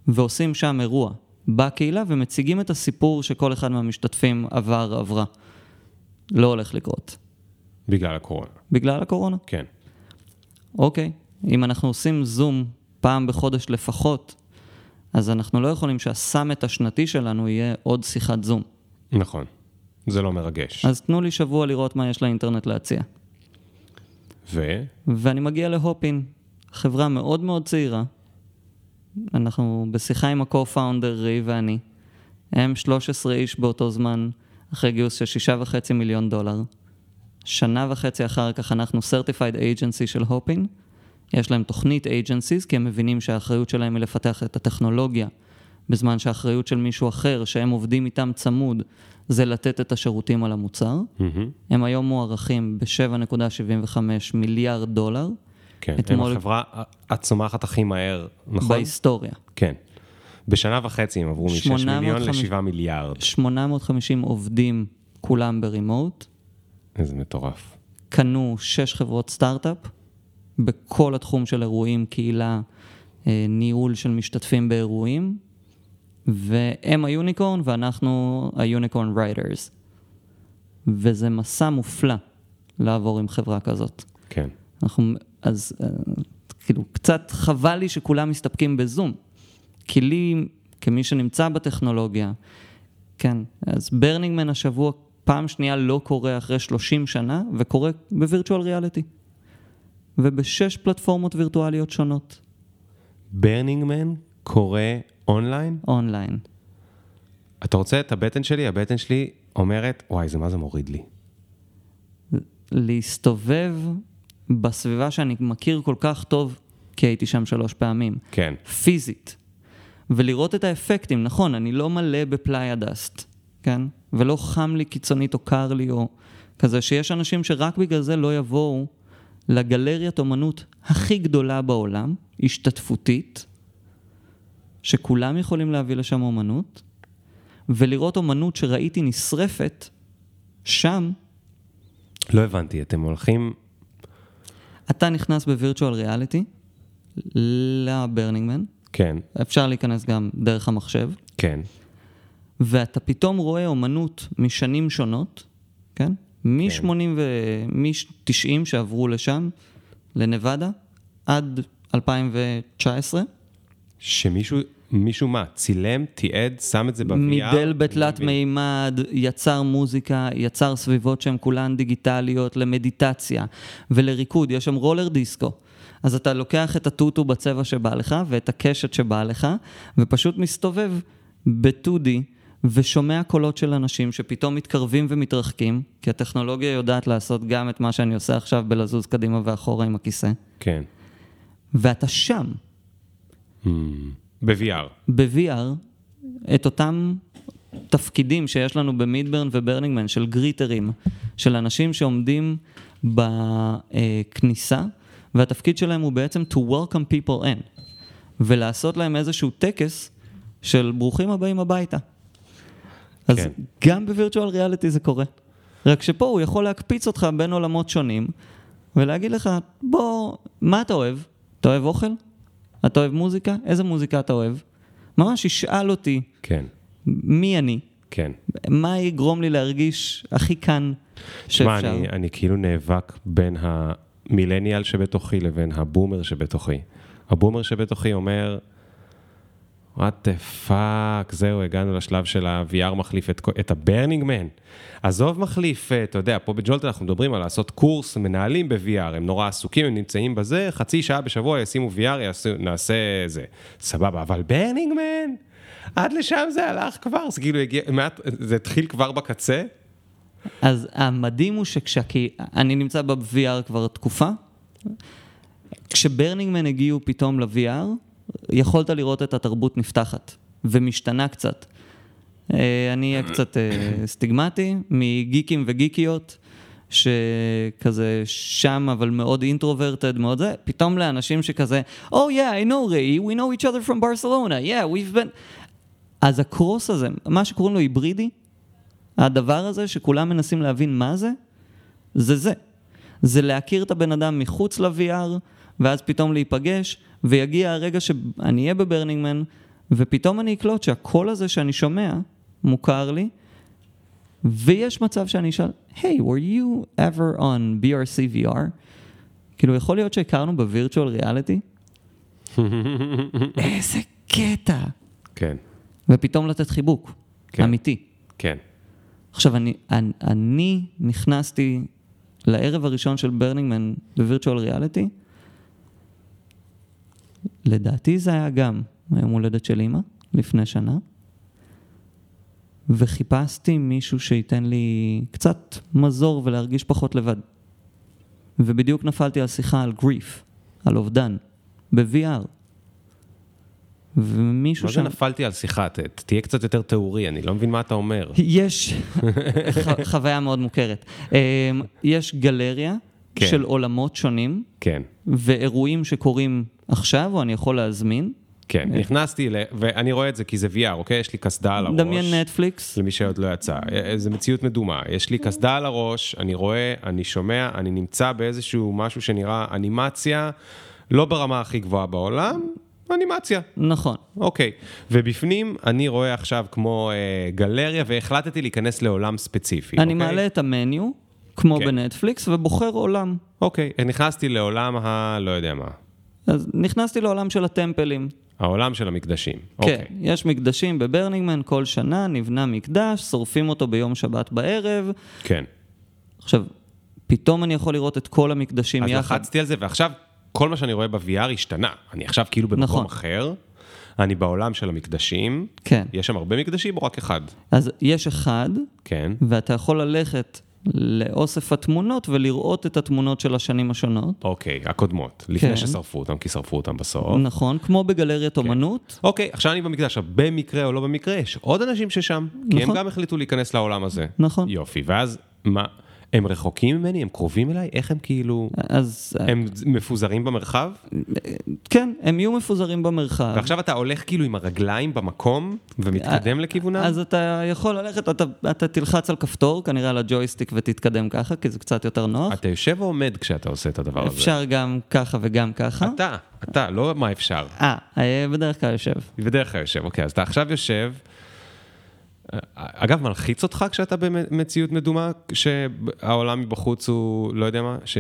ועושים שם אירוע בקהילה, ומציגים את הסיפור שכל אחד מהמשתתפים עבר, עברה. לא הולך לקרות. בגלל הקורונה. בגלל הקורונה? כן. אוקיי. אם אנחנו עושים זום פעם בחודש לפחות, אז אנחנו לא יכולים שהסאמט השנתי שלנו יהיה עוד שיחת זום. נכון. זה לא מרגש. אז תנו לי שבוע לראות מה יש לאינטרנט להציע. ו? ואני מגיע להופין, חברה מאוד מאוד צעירה. אנחנו בשיחה עם הקו-פאונדר, ראי ואני. הם שלושה עשר איש באותו זמן, אחרי גיוס של שישה וחצי מיליון דולר. שנה וחצי אחר כך אנחנו Certified Agency של הופין. יש להם תוכנית agencies, כי הם מבינים שהאחריות שלהם היא לפתח את הטכנולוגיה, בזמן שהאחריות של מישהו אחר, שהם עובדים איתם צמוד, זה לתת את השירותים על המוצר. Mm-hmm. הם היום מוערכים ב-שבע נקודה שבעים וחמש מיליארד דולר. כן, הם החברה הצומחת הכי מהר, נכון? בהיסטוריה. כן. בשנה וחצי הם עברו מ-שש מיליון ל-שבעה מיליארד. שמונה מאות וחמישים עובדים, כולם ברימוט. איזה מטורף. קנו שש חברות סטארט-אפ, בכל התחום של אירועים, קהילה, ניהול של משתתפים באירועים, והם היוניקורן ואנחנו היוניקורן רייטרס. וזה מסע מופלא לעבור עם חברה כזאת. כן. אנחנו, אז כאילו, קצת חבל לי שכולם מסתפקים בזום. כי לי, כמי שנמצא בטכנולוגיה, כן, אז ברנינגמן השבוע פעם שנייה לא קורה אחרי שלושים שנה, וקורה בווירטואל ריאליטי. ובשש פלטפורמות וירטואליות שונות. ברנינגמן קורה אונליין? אונליין. אתה רוצה את הבטן שלי? הבטן שלי אומרת, וואי, זה מה זה מוריד לי? להסתובב בסביבה שאני מכיר כל כך טוב, כי הייתי שם שלוש פעמים. כן. פיזית. ולראות את האפקטים. נכון, אני לא מלא בפליי הדסט, כן? ולא חם לי קיצונית או קר לי, או כזה שיש אנשים שרק בגלל זה לא יבואו לגלריית אומנות הכי גדולה בעולם, השתתפותית, שכולם יכולים להביא לשם אומנות, ולראות אומנות שראיתי נשרפת שם. לא הבנתי, אתם הולכים... אתה נכנס בווירטואל ריאליטי לברנינגמן. כן. אפשר להיכנס גם דרך המחשב. כן. ואתה פתאום רואה אומנות משנים שונות, כן? מ-שמונים ו-תשעים שעברו לשם, לנבדה, עד אלפיים תשע עשרה. שמישהו, מישהו מה? צילם, תיעד, שם את זה ב-וי אר? מידל בתלת מימד, יצר מוזיקה, יצר סביבות שהן כולן דיגיטליות, למדיטציה ולריקוד. יש שם רולר דיסקו. אז אתה לוקח את הטוטו בצבע שבא לך, ואת הקשת שבא לך, ופשוט מסתובב ב-טו די, ושומע קולות של אנשים שפתאום מתקרבים ומתרחקים, כי הטכנולוגיה יודעת לעשות גם את מה שאני עושה עכשיו, בלזוז קדימה ואחורה עם הכיסא. כן. ואתה שם. Hmm. ב-וי אר. ב-וי אר, את אותם תפקידים שיש לנו במידברן וברנינגמן, של גריטרים, של אנשים שעומדים בכניסה, והתפקיד שלהם הוא בעצם to welcome people in, ולעשות להם איזשהו טקס של ברוכים הבאים הביתה. אז כן. גם בווירטואל ריאליטי זה קורה. רק שפה הוא יכול להקפיץ אותך בין עולמות שונים, ולהגיד לך, בוא, מה אתה אוהב? אתה אוהב אוכל? אתה אוהב מוזיקה? איזה מוזיקה אתה אוהב? ממש ישאל אותי, כן. מי אני? כן. מה יגרום לי להרגיש הכי כאן שאפשר? שמה, אני, אני כאילו נאבק בין המילניאל שבתוכי לבין הבומר שבתוכי. הבומר שבתוכי אומר, what the fuck, זהו, הגענו לשלב של ה-וי אר מחליף את, את הברנינגמן. עזוב מחליף, אתה יודע, פה בג'ולט אנחנו מדברים על לעשות קורס מנהלים ב-וי אר, הם נורא עסוקים, הם נמצאים בזה, חצי שעה בשבוע ישימו וי אר, יעשו, נעשה זה, סבבה, אבל ברנינגמן, עד לשם זה הלך כבר, זה כאילו הגיע, זה התחיל כבר בקצה. אז המדהים הוא שכשאני נמצא ב-וי אר כבר תקופה, כשברנינגמן הגיעו פתאום ל-וי אר, יכולת לראות את התרבות נפתחת, ומשתנה קצת. אני אהיה קצת סטיגמטי, מגיקים וגיקיות, שכזה שם, אבל מאוד אינטרוברטד, מאוד זה, פתאום לאנשים שכזה, Oh yeah, I know Ray, we know each other from Barcelona, yeah, we've been... אז הקרוס הזה, מה שקוראים לו היברידי, הדבר הזה שכולם מנסים להבין מה זה, זה זה. זה להכיר את הבן אדם מחוץ ל-וי אר, ואז פתאום להיפגש, ויגיע הרגע שאני אהיה בברנינגמן, ופתאום אני אקלוט שהקול הזה שאני שומע מוכר לי, ויש מצב שאני אשאל, hey, were you ever on בי אר סי וי אר? כאילו, יכול להיות שהכרנו בווירטואל ריאליטי? איזה קטע. כן. ופתאום לתת חיבוק, כן. אמיתי. כן. עכשיו, אני, אני, אני נכנסתי לערב הראשון של ברנינגמן בווירטואל ריאליטי, לדעתי זה היה גם היום הולדת של אמא, לפני שנה, וחיפשתי מישהו שייתן לי קצת מזור ולהרגיש פחות לבד. ובדיוק נפלתי על שיחה על גריף, על אובדן, ב-וי אר. ומישהו מה שם... זה נפלתי על שיחה? ת, תהיה קצת יותר תיאורי, אני לא מבין מה אתה אומר. יש ח, חוויה מאוד מוכרת. יש גלריה כן. של עולמות שונים, כן. ואירועים שקורים עכשיו, או אני יכול להזמין. כן, נכנסתי, ל... ואני רואה את זה כי זה וי אר, אוקיי? יש לי כסדה על הראש. דמיין נטפליקס. למי שעוד לא יצא. זו מציאות מדומה. יש לי כסדה על הראש, אני רואה, אני שומע, אני נמצא באיזשהו משהו שנראה אנימציה, לא ברמה הכי גבוהה בעולם, אנימציה. נכון. אוקיי. ובפנים אני רואה עכשיו כמו אה, גלריה, והחלטתי להיכנס לעולם ספציפי. אני אוקיי? מעלה את המניו, כמו כן. בנטפליקס, ובוחר עולם. אוקיי. נכנסתי לעולם ה... לא יודע מה. אז נכנסתי לעולם של הטמפלים. העולם של המקדשים. כן, אוקיי. יש מקדשים בברנינגמן, כל שנה נבנה מקדש, שורפים אותו ביום שבת בערב. כן. עכשיו, פתאום אני יכול לראות את כל המקדשים אז יחד. אז לחצתי על זה, ועכשיו כל מה שאני רואה ב-וי אר השתנה. אני עכשיו כאילו במקום נכון. אחר, אני בעולם של המקדשים. כן. יש שם הרבה מקדשים או רק אחד? אז יש אחד, כן. ואתה יכול ללכת לאוסף התמונות ולראות את התמונות של השנים השונות. אוקיי, הקודמות. לפני כן. ששרפו אותם, כי שרפו אותם בסוף. נכון, כמו בגלריית אומנות. אוקיי, עכשיו אני במקדש, במקרה או לא במקרה, יש עוד אנשים ששם, כי הם נכון. גם החליטו להיכנס לעולם הזה. נכון. יופי, ואז מה, הם רחוקים ממני, הם קרובים אליי, איך הם כאילו, אז הם מפוזרים במרחב? כן, הם יהיו מפוזרים במרחב. ועכשיו אתה הולך כאילו עם הרגליים במקום, ומתקדם לכיוונם? אז אתה יכול ללכת, אתה, אתה תלחץ על כפתור, כנראה על הג'ויסטיק ותתקדם ככה, כי זה קצת יותר נוח. אתה יושב או עומד כשאתה עושה את הדבר הזה? אפשר גם ככה וגם ככה. אתה, אתה, לא מה אפשר. אה, בדרך כלל יושב. בדרך כלל יושב, אוקיי, אז אתה עכשיו יושב, אגב, מלחיץ אותך כשאתה במציאות מדומה, שהעולם מבחוץ הוא, לא יודע מה, ש...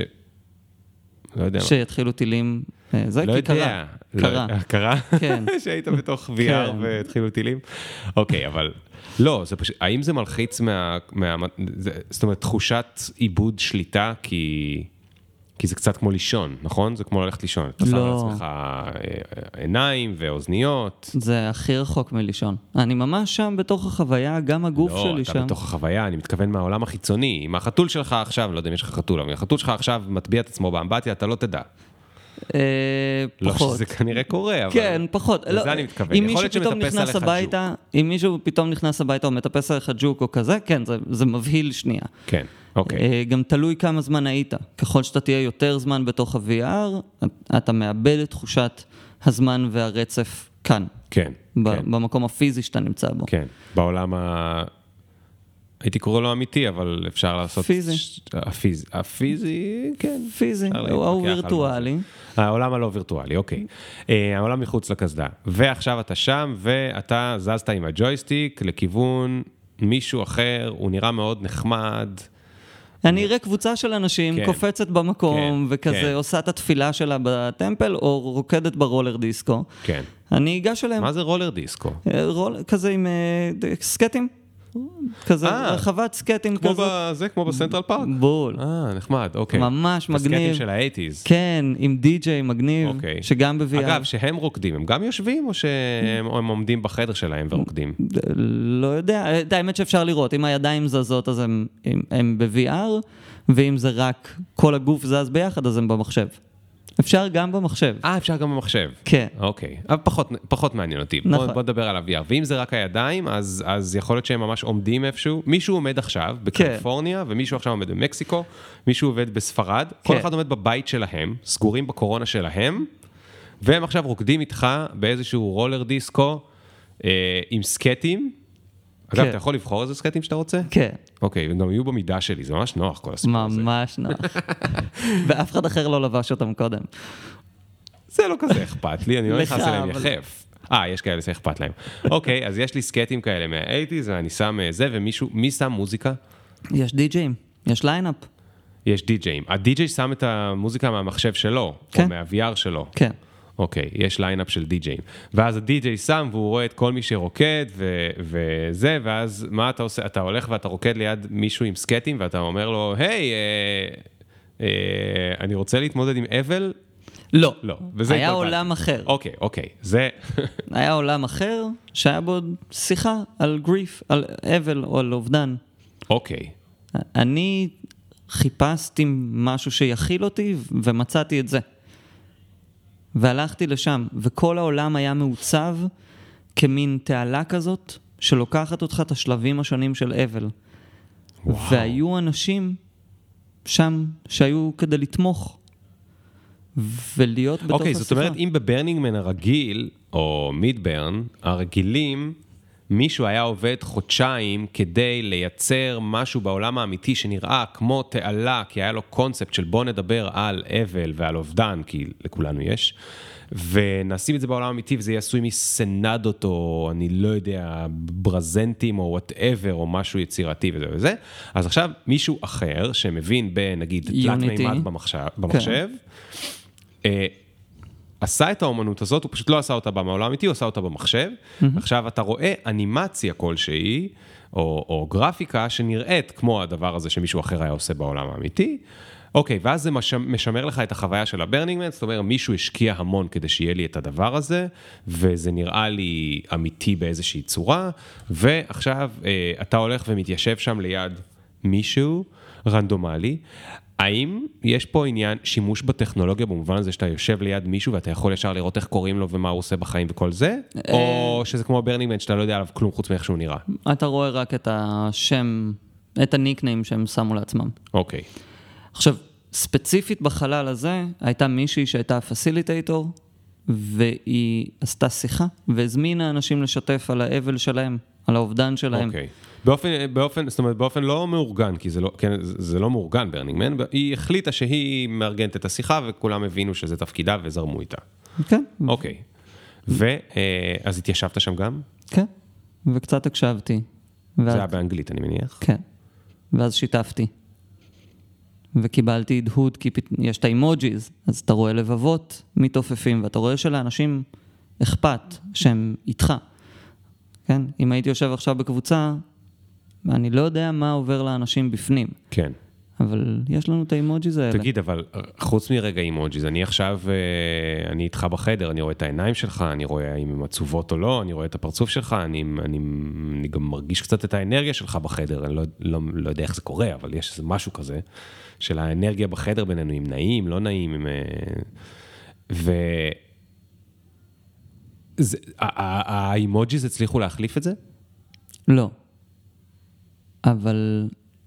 לא יודע מה. שיתחילו טילים, זה לא כי קרה. קרה. קרה? כן. שהיית בתוך וי אר והתחילו טילים? אוקיי, אבל לא, זה פשוט, האם זה מלחיץ מה... זאת אומרת, תחושת עיבוד שליטה, כי... כי זה קצת כמו לישון, נכון? זה כמו ללכת לישון. אתה שם לעצמך עיניים ואוזניות. זה הכי רחוק מלישון. אני ממש שם בתוך החוויה, גם הגוף שלי שם. לא, אתה בתוך החוויה, אני מתכוון מהעולם החיצוני. אם החתול שלך עכשיו, לא יודע אם יש לך חתול, אבל החתול שלך עכשיו מטביע את עצמו באמבטיה, אתה לא תדע. פחות. לא שזה כנראה קורה, אבל... כן, פחות. לזה אני מתכוון. אם מישהו פתאום נכנס הביתה, אם מישהו פתאום נכנס הביתה או מטפס עליך ג'וק או כזה, כן, זה מבהיל שנייה. כן. אוקיי. גם תלוי כמה זמן היית. ככל שאתה תהיה יותר זמן בתוך ה-וי אר, אתה מאבד את תחושת הזמן והרצף כאן. כן. במקום הפיזי שאתה נמצא בו. כן. בעולם ה... הייתי קורא לו אמיתי, אבל אפשר לעשות... פיזי. הפיזי. הפיזי, כן. פיזי. הוא וירטואלי. העולם הלא וירטואלי, אוקיי. העולם מחוץ לכסדה. ועכשיו אתה שם, ואתה זזת עם הג'ויסטיק לכיוון מישהו אחר, הוא נראה מאוד נחמד. אני אראה קבוצה של אנשים, כן. קופצת במקום, כן, וכזה כן. עושה את התפילה שלה בטמפל, או רוקדת ברולר דיסקו. כן. אני אגש אליהם. מה זה רולר דיסקו? רול, כזה עם uh, סקטים. כזה 아, רחבת סקטים כמו כזאת. זה כמו בסנטרל פארק? בול. אה, נחמד, אוקיי. ממש מגניב. הסקטים של ה-שמונים. כן, עם די-ג'יי מגניב, אוקיי. שגם ב-וי אר. אגב, שהם רוקדים, הם גם יושבים או שהם עומדים בחדר שלהם ורוקדים? לא יודע, את האמת שאפשר לראות, אם הידיים זזות אז הם, הם, הם ב-וי אר, ואם זה רק כל הגוף זז ביחד אז הם במחשב. אפשר גם במחשב. אה, אפשר גם במחשב. כן. אוקיי. אבל פחות, פחות מעניין אותי. נכון. בוא, בוא נדבר על ה-וי אר. ואם זה רק הידיים, אז, אז יכול להיות שהם ממש עומדים איפשהו. מישהו עומד עכשיו בקליפורניה, כן. ומישהו עכשיו עומד במקסיקו, מישהו עובד בספרד. כן. כל אחד עומד בבית שלהם, סגורים בקורונה שלהם, והם עכשיו רוקדים איתך באיזשהו רולר דיסקו, אה, עם סקטים. אגב, אתה יכול לבחור איזה סקטים שאתה רוצה? כן. אוקיי, וגם יהיו במידה שלי, זה ממש נוח כל הסיפור הזה. ממש נוח. ואף אחד אחר לא לבש אותם קודם. זה לא כזה אכפת לי, אני לא נכנס אליהם יחף. אה, יש כאלה שאכפת להם. אוקיי, אז יש לי סקטים כאלה מה-שמונים ואני שם זה, ומישהו, מי שם מוזיקה? יש די-ג'יים, יש ליינאפ. יש די-ג'יים. הדי-ג'יי שם את המוזיקה מהמחשב שלו, כן. או מה-וי אר שלו. כן. אוקיי, יש ליינאפ של די-ג'יים. ואז הדי-ג'יי שם, והוא רואה את כל מי שרוקד, ו- וזה, ואז מה אתה עושה? אתה הולך ואתה רוקד ליד מישהו עם סקטים, ואתה אומר לו, היי, אה, אה, אני רוצה להתמודד עם אבל? לא. לא. היה עולם אחר. אוקיי, אוקיי, זה... היה עולם אחר, שהיה בו שיחה על גריף, על אבל או על אובדן. אוקיי. אני חיפשתי משהו שיכיל אותי, ומצאתי את זה. והלכתי לשם, וכל העולם היה מעוצב כמין תעלה כזאת, שלוקחת אותך את השלבים השונים של אבל. וואו. והיו אנשים שם שהיו כדי לתמוך, ולהיות בתוך אוקיי, השיחה. זאת אומרת, אם בברנינגמן הרגיל, או מידברן, הרגילים, מישהו היה עובד חודשיים כדי לייצר משהו בעולם האמיתי שנראה כמו תעלה, כי היה לו קונספט של בוא נדבר על אבל ועל אובדן, כי לכולנו יש, ונשים את זה בעולם האמיתי, וזה יעשוי מסנדות, או אני לא יודע, ברזנטים, או whatever, או משהו יצירתי וזה וזה. אז עכשיו מישהו אחר, שמבין בנגיד תלת מימד במחשב, במחשב אה, עשה את האומנות הזאת, הוא פשוט לא עשה אותה בעולם האמיתי, הוא עשה אותה במחשב. Mm-hmm. עכשיו אתה רואה אנימציה כלשהי, או, או גרפיקה שנראית כמו הדבר הזה שמישהו אחר היה עושה בעולם האמיתי. אוקיי, ואז זה משמר לך את החוויה של הברנינגמן, זאת אומרת, מישהו השקיע המון כדי שיהיה לי את הדבר הזה, וזה נראה לי אמיתי באיזושהי צורה, ועכשיו אה, אתה הולך ומתיישב שם ליד מישהו רנדומלי. האם יש פה עניין שימוש בטכנולוגיה במובן הזה שאתה יושב ליד מישהו ואתה יכול ישר לראות איך קוראים לו ומה הוא עושה בחיים וכל זה? או שזה כמו ברנינגמן שאתה לא יודע עליו כלום חוץ מאיך שהוא נראה? אתה רואה רק את השם, את הניקניים שהם שמו לעצמם. אוקיי. עכשיו, ספציפית בחלל הזה, הייתה מישהי שהייתה פסיליטייטור, והיא עשתה שיחה, והזמינה אנשים לשתף על האבל שלהם, על האובדן שלהם. אוקיי. באופן, באופן, זאת אומרת, באופן לא מאורגן, כי זה לא, כן, זה לא מאורגן ברנינגמן, היא החליטה שהיא מארגנת את השיחה, וכולם הבינו שזה תפקידה וזרמו איתה. כן. אוקיי. ואז התיישבת שם גם? כן. וקצת הקשבתי. זה היה באנגלית, אני מניח. כן. ואז שיתפתי. וקיבלתי הדהוד, כי יש את האימוג'יז, אז אתה רואה לבבות מתעופפים, ואתה רואה שלאנשים אכפת שהם איתך. כן? אם הייתי יושב עכשיו בקבוצה, אני לא יודע מה עובר לאנשים בפנים. כן. אבל יש לנו את האימוג'יז האלה. תגיד, אבל חוץ מרגע אימוג'יז, אני עכשיו, אני איתך בחדר, אני רואה את העיניים שלך, אני רואה אם הן עצובות או לא, אני רואה את הפרצוף שלך, אני, אני, אני גם מרגיש קצת את האנרגיה שלך בחדר, אני לא, לא, לא יודע איך זה קורה, אבל יש איזה משהו כזה, של האנרגיה בחדר בינינו, אם נעים, לא נעים, אם... ו... האימוג'יז הצליחו להחליף את זה? לא. אבל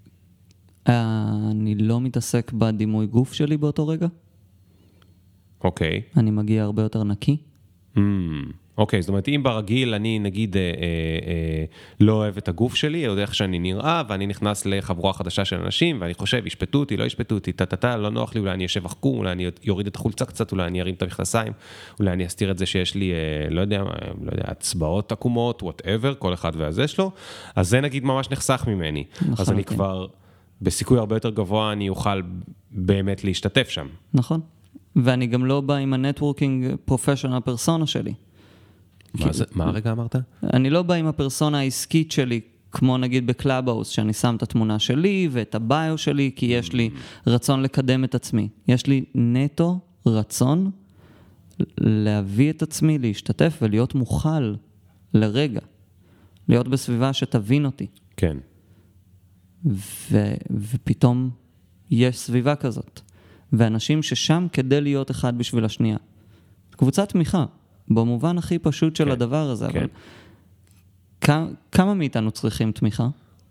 אני לא מתעסק בדימוי גוף שלי באותו רגע. אוקיי. אני מגיע הרבה יותר נקי. אוקיי, זאת אומרת, אם ברגיל אני נגיד לא אוהב את הגוף שלי, יודע איך שאני נראה, ואני נכנס לחבורה חדשה של אנשים, ואני חושב, ישפטו אותי, לא ישפטו אותי, טטטה, לא נוח לי, אולי אני יושב אחקום, אולי אני יוריד את החולצה קצת, אולי אני ארים את המכנסיים, אולי אני אסתיר את זה שיש לי, לא יודע, לא יודע, הצבעות עקומות, whatever, כל אחד והזה שלו, אז זה נגיד ממש נחסך ממני. אז אני כבר, בסיכוי הרבה יותר גבוה, אני אוכל באמת להשתתף שם. נכון. ואני גם לא בא עם הנטוורקינג פרופשיונל פרסונה שלי. מה, זה, מה הרגע אמרת? אני לא בא עם הפרסונה העסקית שלי, כמו נגיד בקלאבהאוס, שאני שם את התמונה שלי ואת הביו שלי, כי יש לי רצון לקדם את עצמי. יש לי נטו רצון להביא את עצמי, להשתתף ולהיות מוכל לרגע. להיות בסביבה שתבין אותי. כן. ו- ופתאום יש סביבה כזאת. ואנשים ששם כדי להיות אחד בשביל השנייה. קבוצת תמיכה. במובן הכי פשוט של כן, הדבר הזה, כן. אבל כמה, כמה מאיתנו צריכים תמיכה?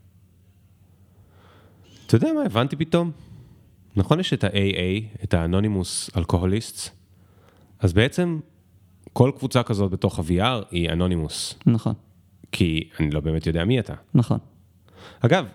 אתה יודע מה, הבנתי פתאום. נכון, יש את ה-איי איי, את ה-Anonymous Alcoholists, אז בעצם כל קבוצה כזאת בתוך ה-וי אר היא Anonymous. נכון. כי אני לא באמת יודע מי אתה. נכון. אגב,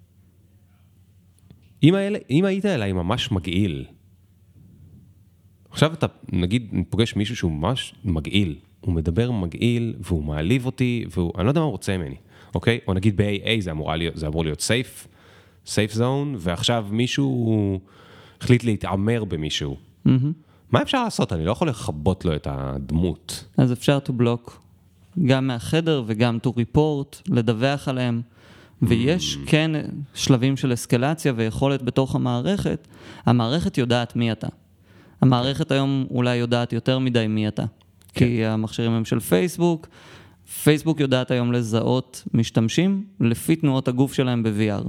אם, האלה, אם היית אליי ממש מגעיל, עכשיו אתה, נגיד, פוגש מישהו שהוא ממש מגעיל, הוא מדבר מגעיל, והוא מעליב אותי, ואני לא יודע מה הוא רוצה ממני, אוקיי? או נגיד ב-איי איי זה אמור להיות, זה אמור להיות safe, safe zone, ועכשיו מישהו החליט להתעמר במישהו. Mm-hmm. מה אפשר לעשות? אני לא יכול לחבות לו את הדמות. אז אפשר to block, גם מהחדר וגם to report, לדווח עליהם, ויש mm-hmm. כן שלבים של אסקלציה ויכולת בתוך המערכת, המערכת יודעת מי אתה. המערכת היום אולי יודעת יותר מדי מי אתה. כי המכשירים הם של פייסבוק, פייסבוק יודעת היום לזהות משתמשים לפי תנועות הגוף שלהם ב-וי אר.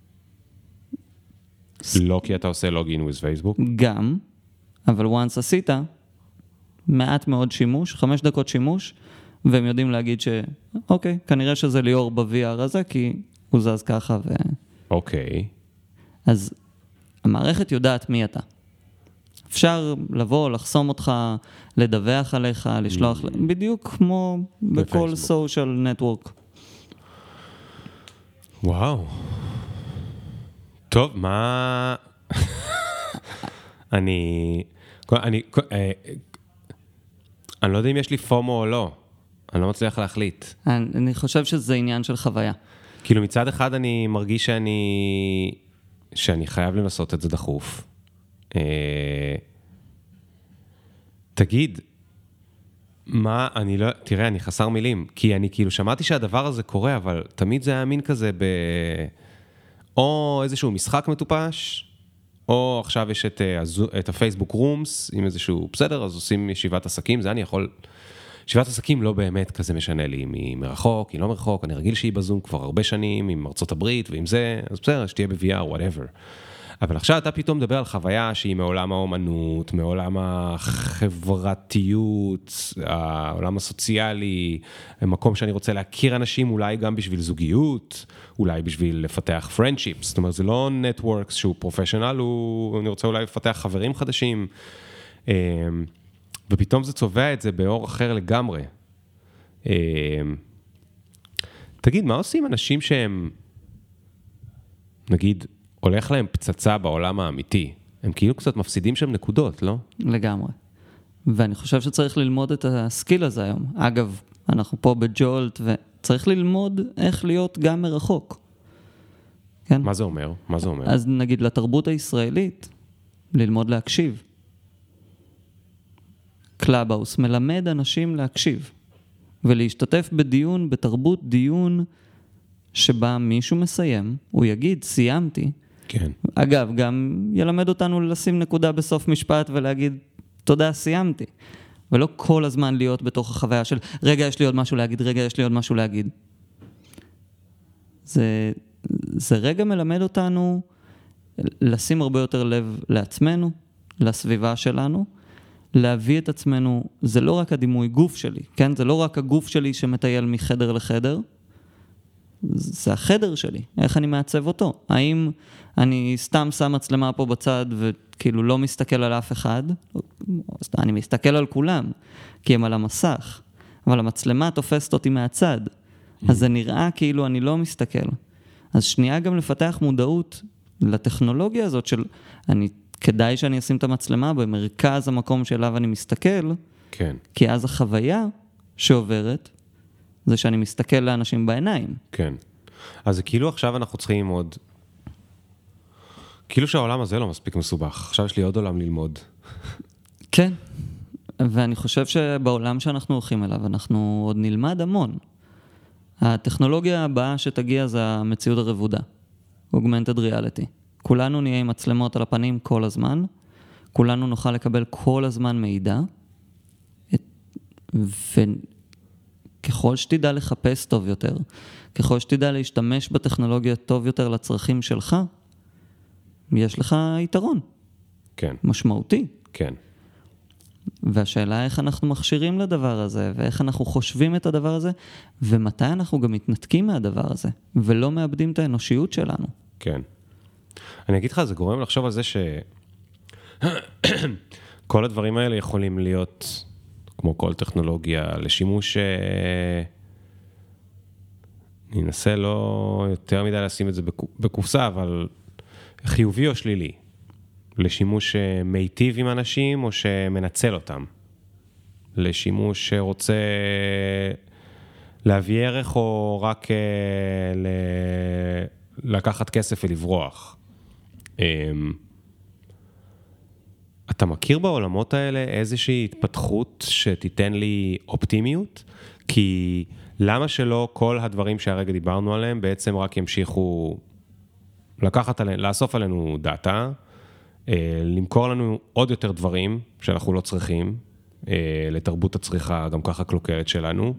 לא כי אתה עושה לוגין with פייסבוק? גם, אבל once עשית, מעט מאוד שימוש, חמש דקות שימוש, והם יודעים להגיד ש, אוקיי, כנראה שזה ליאור ב-וי אר הזה, כי הוא זז ככה ו... אוקיי. אז המערכת יודעת מי אתה. אפשר לבוא, לחסום אותך, לדווח עליך, לשלוח, mm. בדיוק כמו בכל סושיאל נטוורק. וואו. טוב, מה... אני... אני... אני לא יודע אם יש לי פומו או לא. אני לא מצליח להחליט. אני, אני חושב שזה עניין של חוויה. כאילו מצד אחד אני מרגיש שאני... שאני חייב לנסות את זה דחוף. תגיד, מה, אני לא, תראה, אני חסר מילים, כי אני כאילו שמעתי שהדבר הזה קורה, אבל תמיד זה היה מין כזה ב... או איזשהו משחק מטופש, או עכשיו יש את, את הפייסבוק רומס, עם איזשהו, בסדר, אז עושים ישיבת עסקים, זה אני יכול... ישיבת עסקים לא באמת כזה משנה לי, אם היא מרחוק, היא לא מרחוק, אני רגיל שהיא בזום כבר הרבה שנים, עם ארצות הברית ועם זה, אז בסדר, שתהיה ב-וי אר, whatever. אבל עכשיו אתה פתאום מדבר על חוויה שהיא מעולם האומנות, מעולם החברתיות, העולם הסוציאלי, מקום שאני רוצה להכיר אנשים, אולי גם בשביל זוגיות, אולי בשביל לפתח friendships, זאת אומרת, זה לא נטוורקס שהוא פרופשיונל, הוא, אני רוצה אולי לפתח חברים חדשים, ופתאום זה צובע את זה באור אחר לגמרי. תגיד, מה עושים אנשים שהם, נגיד, הולך להם פצצה בעולם האמיתי? הם כאילו קצת מפסידים שם נקודות, לא? לגמרי. ואני חושב שצריך ללמוד את הסקיל הזה היום. אגב, אנחנו פה בג'ולט, וצריך ללמוד איך להיות גם מרחוק. כן? מה זה אומר? מה זה אומר? אז נגיד, לתרבות הישראלית, ללמוד להקשיב. קלאבהאוס מלמד אנשים להקשיב, ולהשתתף בדיון, בתרבות דיון, שבה מישהו מסיים, הוא יגיד, סיימתי. כן. אגב, גם ילמד אותנו לשים נקודה בסוף משפט ולהגיד, תודה, סיימתי. ולא כל הזמן להיות בתוך החוויה של, רגע, יש לי עוד משהו להגיד, רגע, יש לי עוד משהו להגיד. זה, זה רגע מלמד אותנו לשים הרבה יותר לב לעצמנו, לסביבה שלנו, להביא את עצמנו, זה לא רק הדימוי גוף שלי, כן? זה לא רק הגוף שלי שמטייל מחדר לחדר, זה החדר שלי, איך אני מעצב אותו. האם אני סתם שם מצלמה פה בצד וכאילו לא מסתכל על אף אחד, אני מסתכל על כולם, כי הם על המסך, אבל המצלמה תופסת אותי מהצד, אז זה נראה כאילו אני לא מסתכל. אז שנייה גם לפתח מודעות לטכנולוגיה הזאת של, אני, כדאי שאני אשים את המצלמה במרכז המקום שאליו אני מסתכל, כן. כי אז החוויה שעוברת, זה שאני מסתכל לאנשים בעיניים. כן. אז זה כאילו עכשיו אנחנו צריכים עוד... כאילו שהעולם הזה לא מספיק מסובך. עכשיו יש לי עוד עולם ללמוד. כן. ואני חושב שבעולם שאנחנו הולכים אליו, אנחנו עוד נלמד המון. הטכנולוגיה הבאה שתגיע זה המציאות הרבודה. Augmented Reality. כולנו נהיה עם מצלמות על הפנים כל הזמן. כולנו נוכל לקבל כל הזמן מידע. ו... ככל שתדע לחפש טוב יותר, ככל שתדע להשתמש בטכנולוגיה טוב יותר לצרכים שלך, יש לך יתרון. כן. משמעותי. כן. והשאלה איך אנחנו מכשירים לדבר הזה, ואיך אנחנו חושבים את הדבר הזה, ומתי אנחנו גם מתנתקים מהדבר הזה, ולא מאבדים את האנושיות שלנו. כן. אני אגיד לך, זה גורם לחשוב על זה ש... כל הדברים האלה יכולים להיות... כמו כל טכנולוגיה, לשימוש, אני אנסה לא יותר מדי לשים את זה בקופסה, אבל חיובי או שלילי, לשימוש מיטיב עם אנשים או שמנצל אותם. לשימוש שרוצה להביא ערך או רק ל... לקחת כסף ולברוח. אתה מכיר בעולמות האלה איזושהי התפתחות שתיתן לי אופטימיות? כי למה שלא כל הדברים שהרגע דיברנו עליהם בעצם רק ימשיכו לקחת עלינו, לאסוף עלינו דאטה, למכור לנו עוד יותר דברים שאנחנו לא צריכים, לתרבות הצריכה גם ככה קלוקלת שלנו.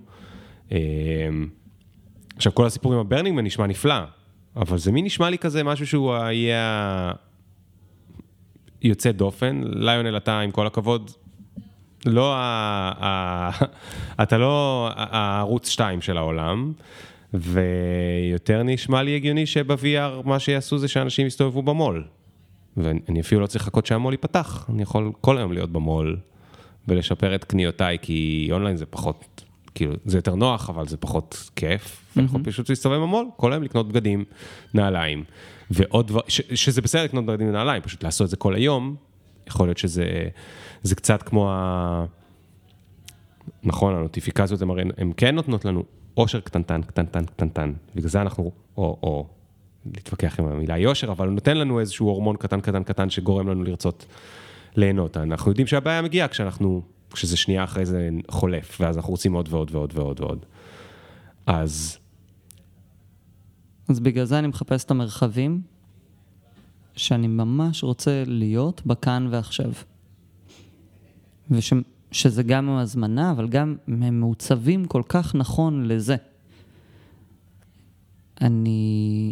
עכשיו כל הסיפור עם הברנינגמן נשמע נפלא, אבל זה מי נשמע לי כזה משהו שהוא יהיה יוצא דופן. ליונל, אתה עם כל הכבוד, לא ה... ה... אתה לא הערוץ שתיים של העולם, ויותר נשמע לי הגיוני שב-וי אר מה שיעשו זה שאנשים יסתובבו במול. ואני אפילו לא צריך לחכות שהמול ייפתח. אני יכול כל היום להיות במול ולשפר את קניותיי, כי אונליין זה פחות, כאילו, זה יותר נוח, אבל זה פחות כיף. ואני יכול פשוט להסתובב במול, כל היום לקנות בגדים, נעליים. ועוד דבר, ש, שזה בסדר לקנות בגדים ונעליים, פשוט לעשות את זה כל היום, יכול להיות שזה זה קצת כמו ה... נכון, הנוטיפיקציות, הם, הם כן נותנות לנו אושר קטנטן, קטנטן, קטנטן. בגלל זה אנחנו, או, או, להתווכח עם המילה יושר, אבל הוא נותן לנו איזשהו הורמון קטן, קטן, קטן, שגורם לנו לרצות ליהנות. אנחנו יודעים שהבעיה מגיעה כשאנחנו, כשזה שנייה אחרי זה חולף, ואז אנחנו רוצים עוד ועוד ועוד ועוד ועוד. אז... אז בגלל זה אני מחפש את המרחבים, שאני ממש רוצה להיות בכאן ועכשיו. ושזה גם הזמנה, אבל גם הם מעוצבים כל כך נכון לזה. אני...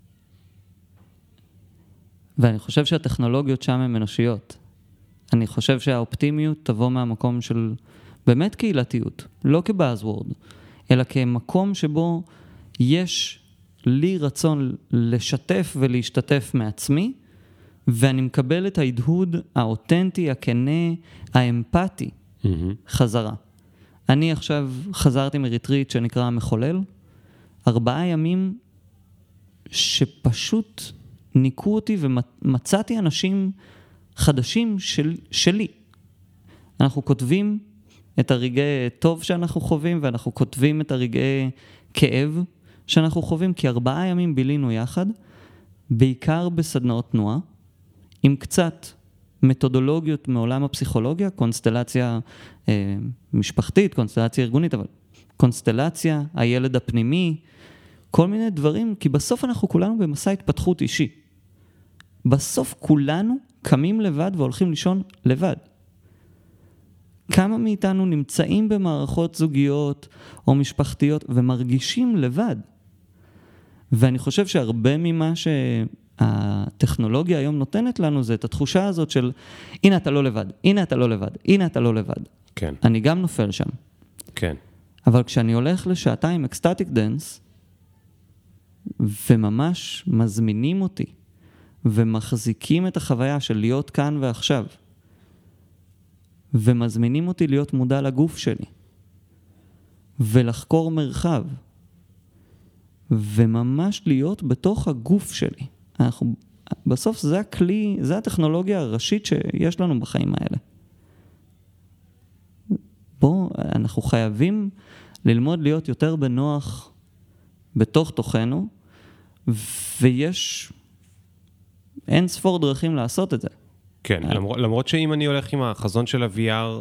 ואני חושב שהטכנולוגיות שם הן אנושיות. אני חושב שהאופטימיות תבוא מהמקום של באמת קהילתיות, לא כבאזוורד, אלא כמקום שבו יש לי רצון לשתף ולהשתתף מעצמי, ואני מקבל את ההדהוד האותנטי, הכנה, האמפתי, mm-hmm. חזרה. אני עכשיו חזרתי מריטריט שנקרא המחולל, ארבעה ימים שפשוט ניקו אותי ומצאתי אנשים חדשים של, שלי. אנחנו כותבים את הרגעי טוב שאנחנו חווים, ואנחנו כותבים את הרגעי כאב שאנחנו חווים, כי ארבעה ימים בילינו יחד, בעיקר בסדנאות תנועה, עם קצת מתודולוגיות מעולם הפסיכולוגיה, קונסטלציה אה, משפחתית, קונסטלציה ארגונית, אבל קונסטלציה, הילד הפנימי, כל מיני דברים, כי בסוף אנחנו כולנו במסע התפתחות אישי. בסוף כולנו קמים לבד והולכים לישון לבד. כמה מאיתנו נמצאים במערכות זוגיות או משפחתיות ומרגישים לבד. ואני חושב שהרבה ממה שהטכנולוגיה היום נותנת לנו זה את התחושה הזאת של הנה אתה לא לבד, הנה אתה לא לבד, הנה אתה לא לבד. כן. אני גם נופל שם. כן. אבל כשאני הולך לשעתיים אקסטטיק דנס, וממש מזמינים אותי, ומחזיקים את החוויה של להיות כאן ועכשיו, ומזמינים אותי להיות מודע לגוף שלי, ולחקור מרחב, וממש להיות בתוך הגוף שלי. אנחנו, בסוף זה הכלי, זה הטכנולוגיה הראשית שיש לנו בחיים האלה. בוא, אנחנו חייבים ללמוד להיות יותר בנוח בתוך תוכנו, ויש אין ספור דרכים לעשות את זה. כן, למרות, למרות שאם אני הולך עם החזון של ה-וי אר,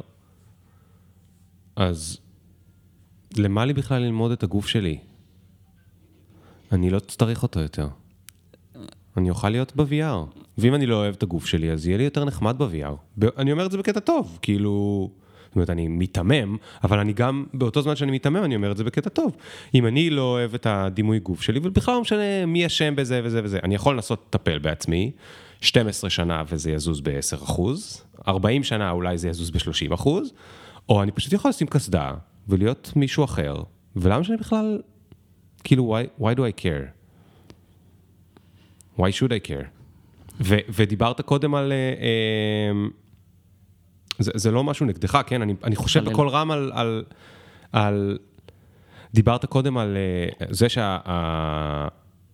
אז למה לי בכלל ללמוד את הגוף שלי? אני לא צריך אותו יותר. אני אוכל להיות ב-וי אר. ואם אני לא אוהב את הגוף שלי, אז יהיה לי יותר נחמד ב-וי אר. אני אומר את זה בקטע טוב, כאילו... זאת אומרת, אני מתאמם, אבל אני גם, באותו זמן שאני מתאמם, אני אומר את זה בקטע טוב. אם אני לא אוהב את הדימוי גוף שלי, ובכלל לא משנה מי אשם בזה וזה וזה, אני יכול לנסות לטפל בעצמי, שתים עשרה שנה וזה יזוז ב-עשרה אחוז, ארבעים שנה אולי זה יזוז ב-שלושים אחוז, או אני פשוט יכול לשים קסדה, ולהיות מישהו אחר, ולמה שאני בכלל, כאילו, why, why do I care? Why should I care? ו- ודיברת קודם על... אה, זה, זה לא משהו נגדך, כן? אני, אני חושב בכל רם על, על, על... דיברת קודם על uh, זה שה... Uh,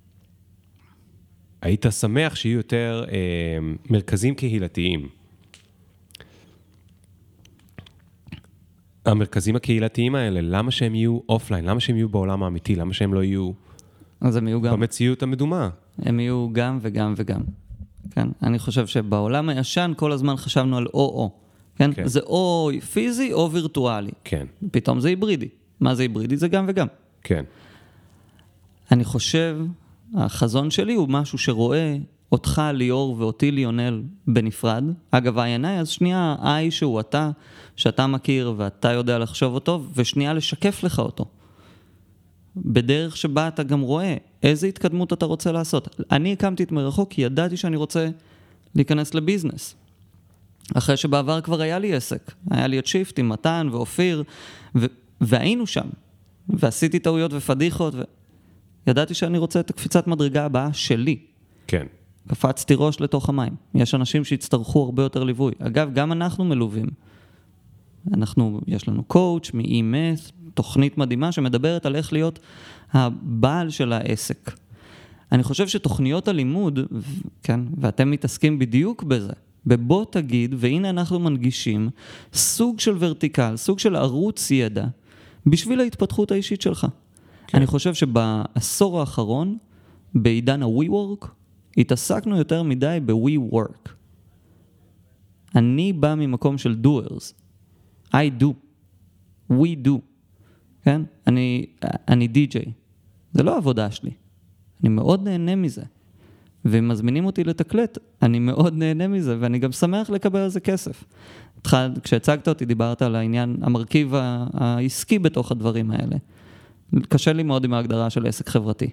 היית שמח שיהיו יותר uh, מרכזים קהילתיים. המרכזים הקהילתיים האלה, למה שהם יהיו אופליין? למה שהם יהיו בעולם האמיתי? למה שהם לא יהיו, אז הם יהיו גם... במציאות המדומה? הם יהיו גם וגם וגם. כן? אני חושב שבעולם הישן כל הזמן חשבנו על או-או. כן? כן. זה או פיזי או וירטואלי. כן. פתאום זה היברידי. מה זה היברידי? זה גם וגם. כן. אני חושב, החזון שלי הוא משהו שרואה אותך ליאור ואותי ליונל בנפרד. אגב, ה-איי אן איי, אז שנייה, I שהוא אתה, שאתה מכיר ואתה יודע לחשוב אותו, ושנייה לשקף לך אותו. בדרך שבה אתה גם רואה איזה התקדמות אתה רוצה לעשות. אני הקמתי את מרחוק כי ידעתי שאני רוצה להיכנס לביזנס. אחרי שבעבר כבר היה לי עסק. היה לי את שיפט עם מתן ואופיר, ו- והיינו שם. ועשיתי טעויות ופדיחות, וידעתי שאני רוצה את הקפיצת מדרגה הבאה שלי. כן. קפצתי ראש לתוך המים. יש אנשים שיצטרכו הרבה יותר ליווי. אגב, גם אנחנו מלווים. אנחנו, יש לנו קואוץ' מ-E-Math, תוכנית מדהימה שמדברת על איך להיות הבעל של העסק. אני חושב שתוכניות הלימוד, כן, ואתם מתעסקים בדיוק בזה, בבוא תגיד, והנה אנחנו מנגישים סוג של ורטיקל, סוג של ערוץ ידע, בשביל ההתפתחות האישית שלך. כן. אני חושב שבעשור האחרון, בעידן ה-WeWork, התעסקנו יותר מדי ב-WeWork. אני בא ממקום של doers. I do. We do. כן? אני, אני די-ג'יי. זה לא העבודה שלי. אני מאוד נהנה מזה. והם מזמינים אותי לתקלט, אני מאוד נהנה מזה, ואני גם שמח לקבל על זה כסף. כשהצגת אותי, דיברת על העניין, המרכיב העסקי בתוך הדברים האלה. קשה לי מאוד עם ההגדרה של עסק חברתי.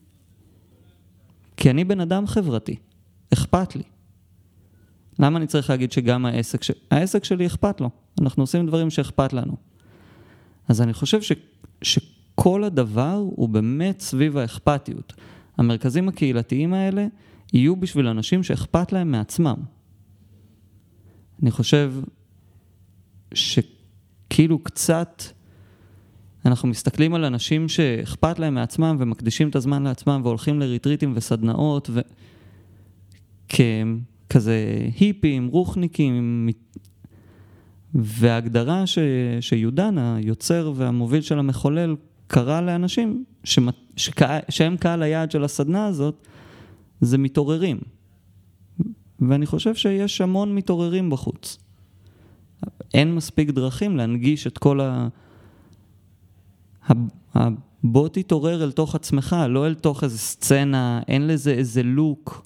כי אני בן אדם חברתי. אכפת לי. למה אני צריך להגיד שגם העסק, ש... העסק שלי אכפת לו? אנחנו עושים דברים שאכפת לנו. אז אני חושב ש... שכל הדבר הוא באמת סביב האכפתיות. המרכזים הקהילתיים האלה יהיו בשביל אנשים שאכפת להם מעצמם. אני חושב שכאילו קצת אנחנו מסתכלים על אנשים שאכפת להם מעצמם ומקדישים את הזמן לעצמם והולכים לריטריטים וסדנאות וכזה היפים, רוחניקים, וההגדרה ש... שיודן, היוצר והמוביל של המחולל, קרא לאנשים שמת... שקע... שהם קהל היעד של הסדנה הזאת, זה מתעוררים. ואני חושב שיש המון מתעוררים בחוץ. אין מספיק דרכים להנגיש את כל ה... בוא תתעורר אל תוך עצמך, לא אל תוך איזו סצנה, אין לזה איזה לוק.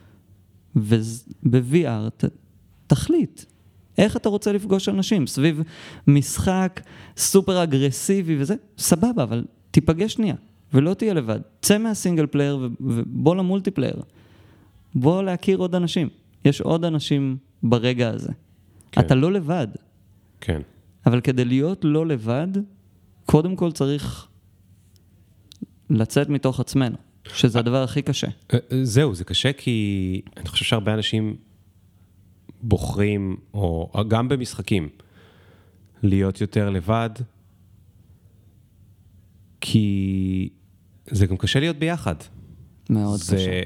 וב-וי אר, ת... תחליט. איך אתה רוצה לפגוש אנשים? סביב משחק סופר אגרסיבי וזה? סבבה, אבל תיפגש שנייה, ולא תהיה לבד. צא מהסינגל פלייר ובוא למולטיפלייר. בוא להכיר עוד אנשים. יש עוד אנשים ברגע הזה. כן. אתה לא לבד. כן. אבל כדי להיות לא לבד, קודם כל צריך לצאת מתוך עצמנו, שזה הדבר הכי קשה. זהו, זה קשה כי אני חושב שהרבה אנשים בוחרים, או גם במשחקים, להיות יותר לבד, כי זה גם קשה להיות ביחד. מאוד זה... קשה.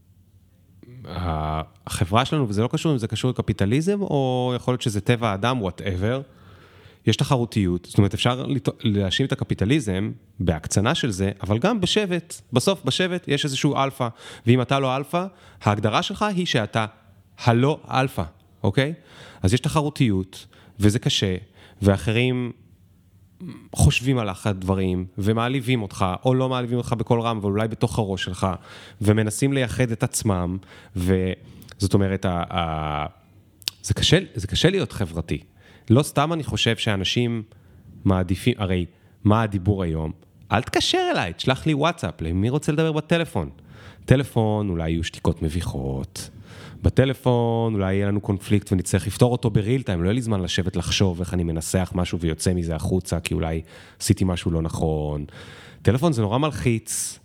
החברה שלנו, וזה לא קשור אם זה קשור לקפיטליזם, או יכול להיות שזה טבע האדם, whatever, יש תחרותיות, זאת אומרת, אפשר להאשים את הקפיטליזם בהקצנה של זה, אבל גם בשבט, בסוף בשבט יש איזשהו אלפא, ואם אתה לא אלפא, ההגדרה שלך היא שאתה הלא אלפא, אוקיי? אז יש תחרותיות, וזה קשה, ואחרים חושבים עליך דברים, ומעליבים אותך, או לא מעליבים אותך בכל רם, אבל אולי בתוך הראש שלך, ומנסים לייחד את עצמם, וזאת אומרת, ה- ה- זה קשה, זה קשה להיות חברתי. לא סתם אני חושב שאנשים מעדיפים, הרי מה הדיבור היום? אל תקשר אליי, תשלח לי וואטסאפ, למי רוצה לדבר בטלפון? טלפון, אולי יהיו שתיקות מביכות, בטלפון אולי יהיה לנו קונפליקט ונצטרך לפתור אותו בריל טיים, לא יהיה לי זמן לשבת לחשוב איך אני מנסח משהו ויוצא מזה החוצה, כי אולי עשיתי משהו לא נכון. טלפון זה נורא מלחיץ,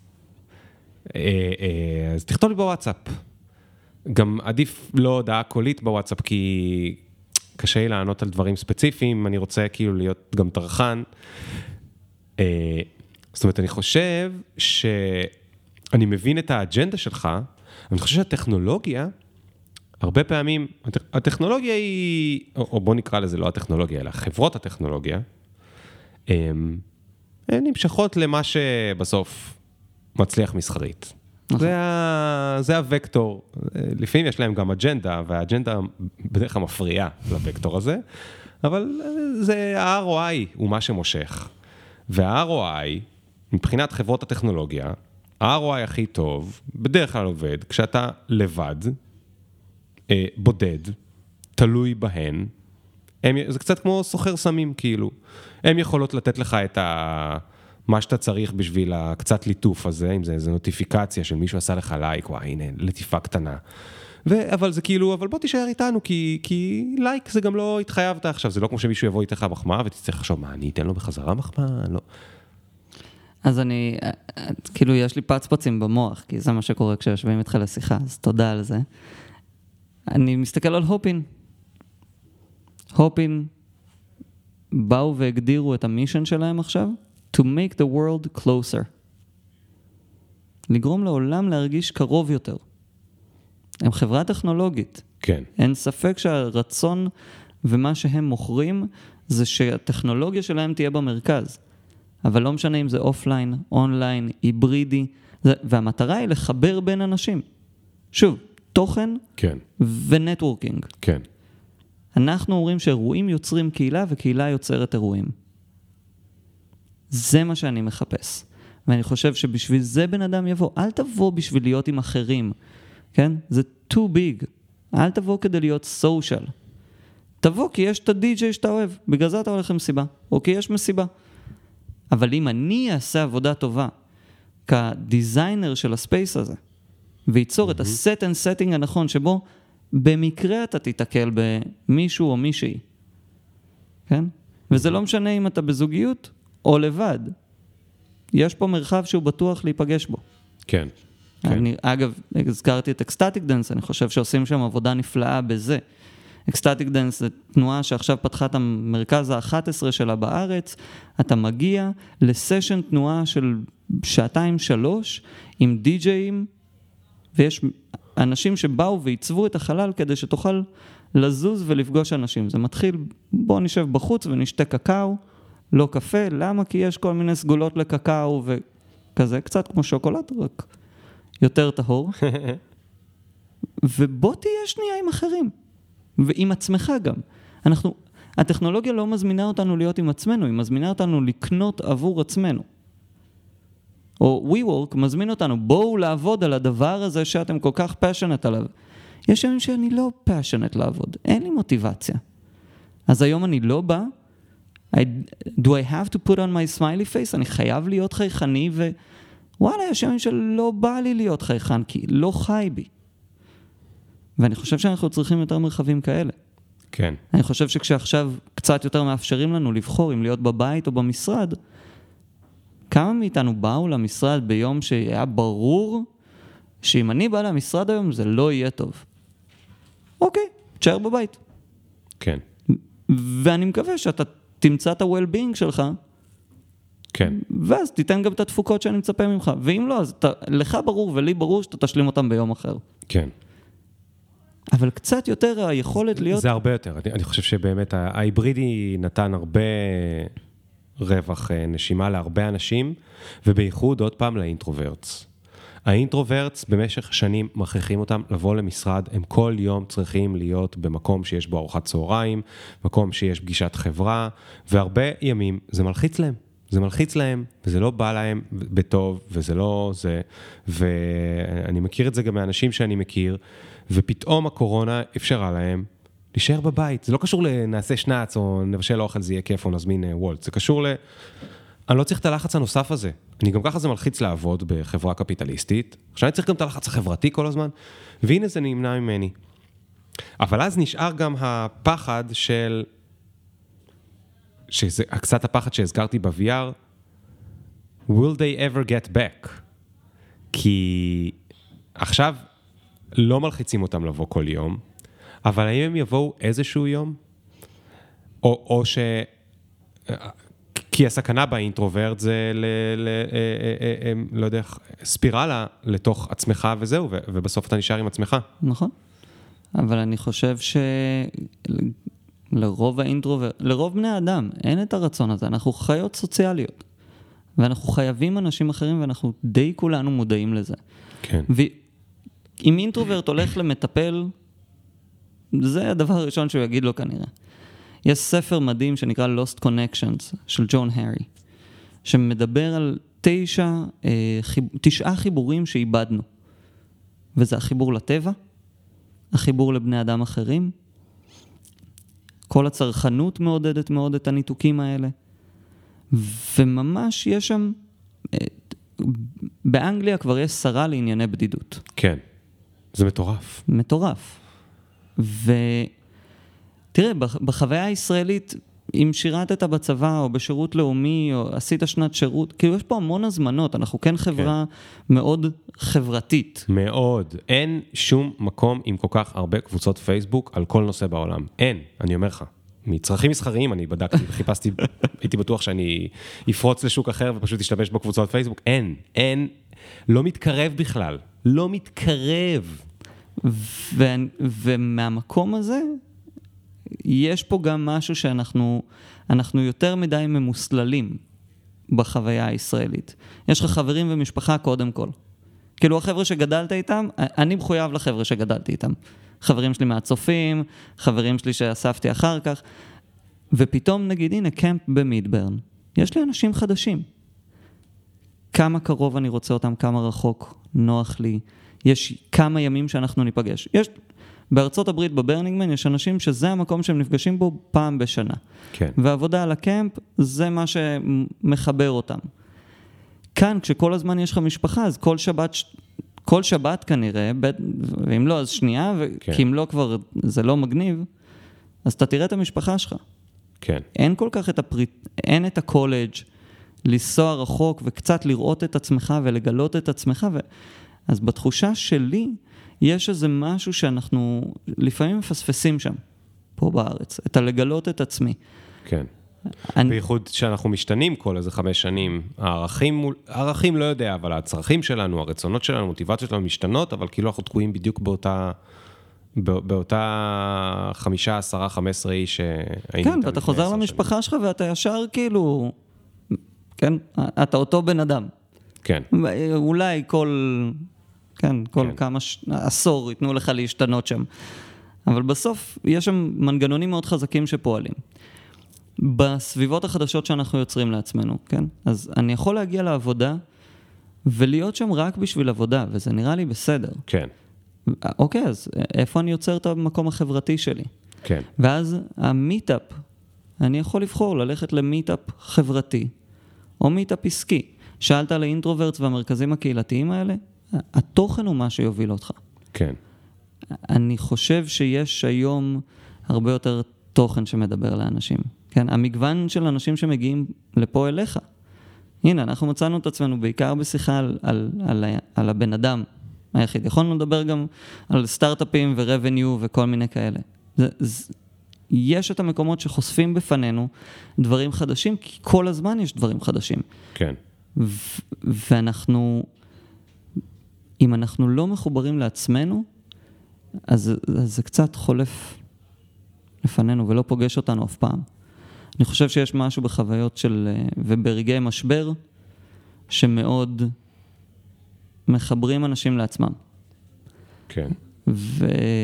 אז תכתוב לי בוואטסאפ. גם עדיף לא הודעה קולית בוואטסאפ, כי קשה לי לענות על דברים ספציפיים, אני רוצה כאילו להיות גם תרחן. זאת אומרת, אני חושב שאני מבין את האג'נדה שלך, אני חושב שהטכנולוגיה, הרבה פעמים, הטכנולוגיה היא, או, או בוא נקרא לזה לא הטכנולוגיה, אלא חברות הטכנולוגיה, הן נמשכות למה שבסוף מצליח מסחרית. זה, ה... זה הוקטור. לפעמים יש להם גם אג'נדה, והאג'נדה בדרך כלל מפריעה לוקטור הזה, אבל זה ה-אר או איי הוא מה שמושך. וה-אר או איי, מבחינת חברות הטכנולוגיה, ה-אר או איי הכי טוב, בדרך כלל עובד, כשאתה לבד, בודד, תלוי בהן, הם, זה קצת כמו סוחר סמים, כאילו. הם יכולות לתת לך את ה... מה שאתה צריך בשביל הקצת ליטוף הזה, אם זה איזו נוטיפיקציה של מישהו עשה לך לייק, וואי, הנה, לטיפה קטנה. ו... אבל זה כאילו, אבל בוא תישאר איתנו, כי, כי לייק זה גם לא התחייבת עכשיו, זה לא כמו שמישהו יבוא איתך מחמאה, ותצטרך לחשוב, מה, אני אתן לו בחזרה מחמאה? לא. אז אני, כאילו, יש לי פצפצים במוח, כי זה מה שקורה כשיושבים איתך לשיחה, אז תודה על זה. אני מסתכל על הופין. הופין באו והגדירו את המישן שלהם עכשיו, to make the world closer. לגרום לעולם להרגיש קרוב יותר. הם חברה טכנולוגית. כן. אין ספק שהרצון ומה שהם מוכרים, זה שהטכנולוגיה שלהם תהיה במרכז. אבל לא משנה אם זה אופליין, אונליין, היברידי, זה, והמטרה היא לחבר בין אנשים. שוב, תוכן כן. ונטוורקינג. כן. אנחנו אומרים שאירועים יוצרים קהילה, וקהילה יוצרת אירועים. זה מה שאני מחפש. ואני חושב שבשביל זה בן אדם יבוא. אל תבוא בשביל להיות עם אחרים. כן? זה too big. אל תבוא כדי להיות social. תבוא כי יש את הדי-ג'יי שאתה אוהב. בגלל זה אתה הולך למסיבה. או כי יש מסיבה. אבל אם אני אעשה עבודה טובה, כדיזיינר של הספייס הזה, וייצור mm-hmm. את הסט אנד סטינג הנכון, שבו במקרה אתה תתקל במישהו או מישהי. כן? וזה לא משנה אם אתה בזוגיות או לבד. יש פה מרחב שהוא בטוח להיפגש בו. כן. אני, כן. אגב, הזכרתי את אקסטטיק דנס, אני חושב שעושים שם עבודה נפלאה בזה. אקסטטיק דנס זה תנועה שעכשיו פתחה את המרכז ה-אחת עשרה שלה בארץ, אתה מגיע לסשן תנועה של שעתיים שלוש, עם די-ג'יים, ויש אנשים שבאו ועיצבו את החלל כדי שתוכל לזוז ולפגוש אנשים. זה מתחיל, בוא נשב בחוץ ונשתה קקאו, לא קפה, למה? כי יש כל מיני סגולות לקקאו וכזה, קצת כמו שוקולד, רק יותר טהור. ובוא תהיה שנייה עם אחרים. ועם עצמך גם. אנחנו, הטכנולוגיה לא מזמינה אותנו להיות עם עצמנו, היא מזמינה אותנו לקנות עבור עצמנו. או WeWork מזמין אותנו, בואו לעבוד על הדבר הזה שאתם כל כך passionate עליו. יש ימים שאני לא passionate לעבוד, אין לי מוטיבציה. אז היום אני לא בא, I, do I have to put on my smiley face? אני חייב להיות חייכני, ווואלה, יש ימים שלא בא לי להיות חייכן, כי לא חי בי. ואני חושב שאנחנו צריכים יותר מרחבים כאלה. כן. אני חושב שכשעכשיו קצת יותר מאפשרים לנו לבחור אם להיות בבית או במשרד, כמה מאיתנו באו למשרד ביום שהיה ברור שאם אני בא למשרד היום זה לא יהיה טוב. אוקיי, תשאר בבית. כן. ואני מקווה שאתה תמצא את ה-well-being שלך, כן. ואז תיתן גם את התפוקות שאני מצפה ממך. ואם לא, אז אתה, לך ברור ולי ברור שאתה תשלים אותם ביום אחר. כן. אבל קצת יותר היכולת להיות... זה הרבה יותר. אני, אני חושב שבאמת ההיברידי נתן הרבה רווח נשימה להרבה אנשים, ובייחוד עוד פעם לאינטרוברטס. האינטרוברטס במשך שנים מכריחים אותם לבוא למשרד, הם כל יום צריכים להיות במקום שיש בו ארוחת צהריים, מקום שיש פגישת חברה, והרבה ימים זה מלחיץ להם. זה מלחיץ להם, וזה לא בא להם בטוב, וזה לא זה, ואני מכיר את זה גם מאנשים שאני מכיר, ופתאום הקורונה אפשרה להם להישאר בבית. זה לא קשור לנעשה שנץ, או נבשל אוכל, זה יהיה כיף, או נזמין וולט. זה קשור ל... אני לא צריך את הלחץ הנוסף הזה. אני גם ככה זה מלחיץ לעבוד בחברה קפיטליסטית. עכשיו אני צריך גם את הלחץ החברתי כל הזמן, והנה זה נמנע ממני. אבל אז נשאר גם הפחד של... שזה קצת הפחד שהזכרתי ב-וי אר, will they ever get back? כי עכשיו לא מלחיצים אותם לבוא כל יום, אבל האם הם יבואו איזשהו יום? או, או ש... כי הסכנה באינטרוברט זה ל... ל... לא יודע, ספירלה לתוך עצמך וזהו, ובסוף אתה נשאר עם עצמך. נכון. אבל אני חושב ש... לרוב האינטרוברט, לרוב בני האדם, אין את הרצון הזה, אנחנו חיות סוציאליות, ואנחנו חייבים אנשים אחרים, ואנחנו די כולנו מודעים לזה. כן. ואם אינטרוברט הולך למטפל, זה הדבר הראשון שהוא יגיד לו כנראה. יש ספר מדהים שנקרא Lost Connections של ג'ון הרי, שמדבר על תשע, אה, חיב... תשעה חיבורים שאיבדנו. וזה החיבור לטבע, החיבור לבני אדם אחרים, כל הצרכנות מעודדת מאוד את הניתוקים האלה, וממש יש שם, אה, באנגליה כבר יש שרה לענייני בדידות. כן, זה מטורף. מטורף. ותראה, בחוויה הישראלית, אם שירתת בצבא או בשירות לאומי או עשית שנת שירות, כאילו יש פה המון הזמנות, אנחנו כן חברה כן. מאוד חברתית. מאוד. אין שום מקום עם כל כך הרבה קבוצות פייסבוק על כל נושא בעולם. אין, אני אומר לך. מצרכים מסחריים אני בדקתי וחיפשתי, הייתי בטוח שאני אפרוץ לשוק אחר ופשוט אשתמש בקבוצות פייסבוק. אין, אין, לא מתקרב בכלל. לא מתקרב. ו- ומהמקום הזה, יש פה גם משהו שאנחנו אנחנו יותר מדי ממוסללים בחוויה הישראלית. יש לך חברים ומשפחה קודם כל. כאילו החבר'ה שגדלת איתם, אני מחויב לחבר'ה שגדלתי איתם. חברים שלי מהצופים, חברים שלי שאספתי אחר כך, ופתאום נגיד, הנה, קמפ במידברן. יש לי אנשים חדשים. כמה קרוב אני רוצה אותם, כמה רחוק, נוח לי. יש כמה ימים שאנחנו ניפגש. יש... בארצות הברית בברנינגמן יש אנשים שזה המקום שהם נפגשים בו פעם בשנה. כן. ועבודה על הקמפ זה מה שמחבר אותם. כאן כשכל הזמן יש לך משפחה, אז כל שבת, כל שבת כנראה, ואם לא אז שנייה, כן. כי אם לא כבר זה לא מגניב, אז אתה תראה את המשפחה שלך. כן. אין כל כך את הפריט, אין את הקולג' לנסוע רחוק וקצת לראות את עצמך ולגלות את עצמך. ו... אז בתחושה שלי, יש איזה משהו שאנחנו לפעמים מפספסים שם, פה בארץ, את הלגלות את עצמי. כן. אני... בייחוד שאנחנו משתנים כל איזה חמש שנים, הערכים, הערכים לא יודע, אבל הצרכים שלנו, הרצונות שלנו, המוטיבציות שלנו משתנות, אבל כאילו אנחנו תקועים בדיוק באותה, באותה חמישה, עשרה, חמש עשרה איש שהיינו. כן, ואתה חוזר למשפחה שלך ואתה ישר כאילו, כן, אתה אותו בן אדם. כן. אולי כל... כן, כל כן. כמה ש... עשור ייתנו לך להשתנות שם. אבל בסוף יש שם מנגנונים מאוד חזקים שפועלים. בסביבות החדשות שאנחנו יוצרים לעצמנו, כן? אז אני יכול להגיע לעבודה ולהיות שם רק בשביל עבודה, וזה נראה לי בסדר. כן. אוקיי, אז איפה אני יוצר את המקום החברתי שלי? כן. ואז המיטאפ, אני יכול לבחור ללכת למיטאפ חברתי, או מיטאפ עסקי. שאלת על האינטרוברטס והמרכזים הקהילתיים האלה? התוכן הוא מה שיוביל אותך. כן. אני חושב שיש היום הרבה יותר תוכן שמדבר לאנשים. כן, המגוון של אנשים שמגיעים לפה אליך. הנה, אנחנו מצאנו את עצמנו בעיקר בשיחה על, על, על, על הבן אדם היחיד. יכולנו לדבר גם על סטארט-אפים ורבניו וכל מיני כאלה. זה, זה, יש את המקומות שחושפים בפנינו דברים חדשים, כי כל הזמן יש דברים חדשים. כן. ו- ואנחנו... אם אנחנו לא מחוברים לעצמנו, אז, אז זה קצת חולף לפנינו ולא פוגש אותנו אף פעם. אני חושב שיש משהו בחוויות של, וברגעי משבר, שמאוד מחברים אנשים לעצמם. כן. ו...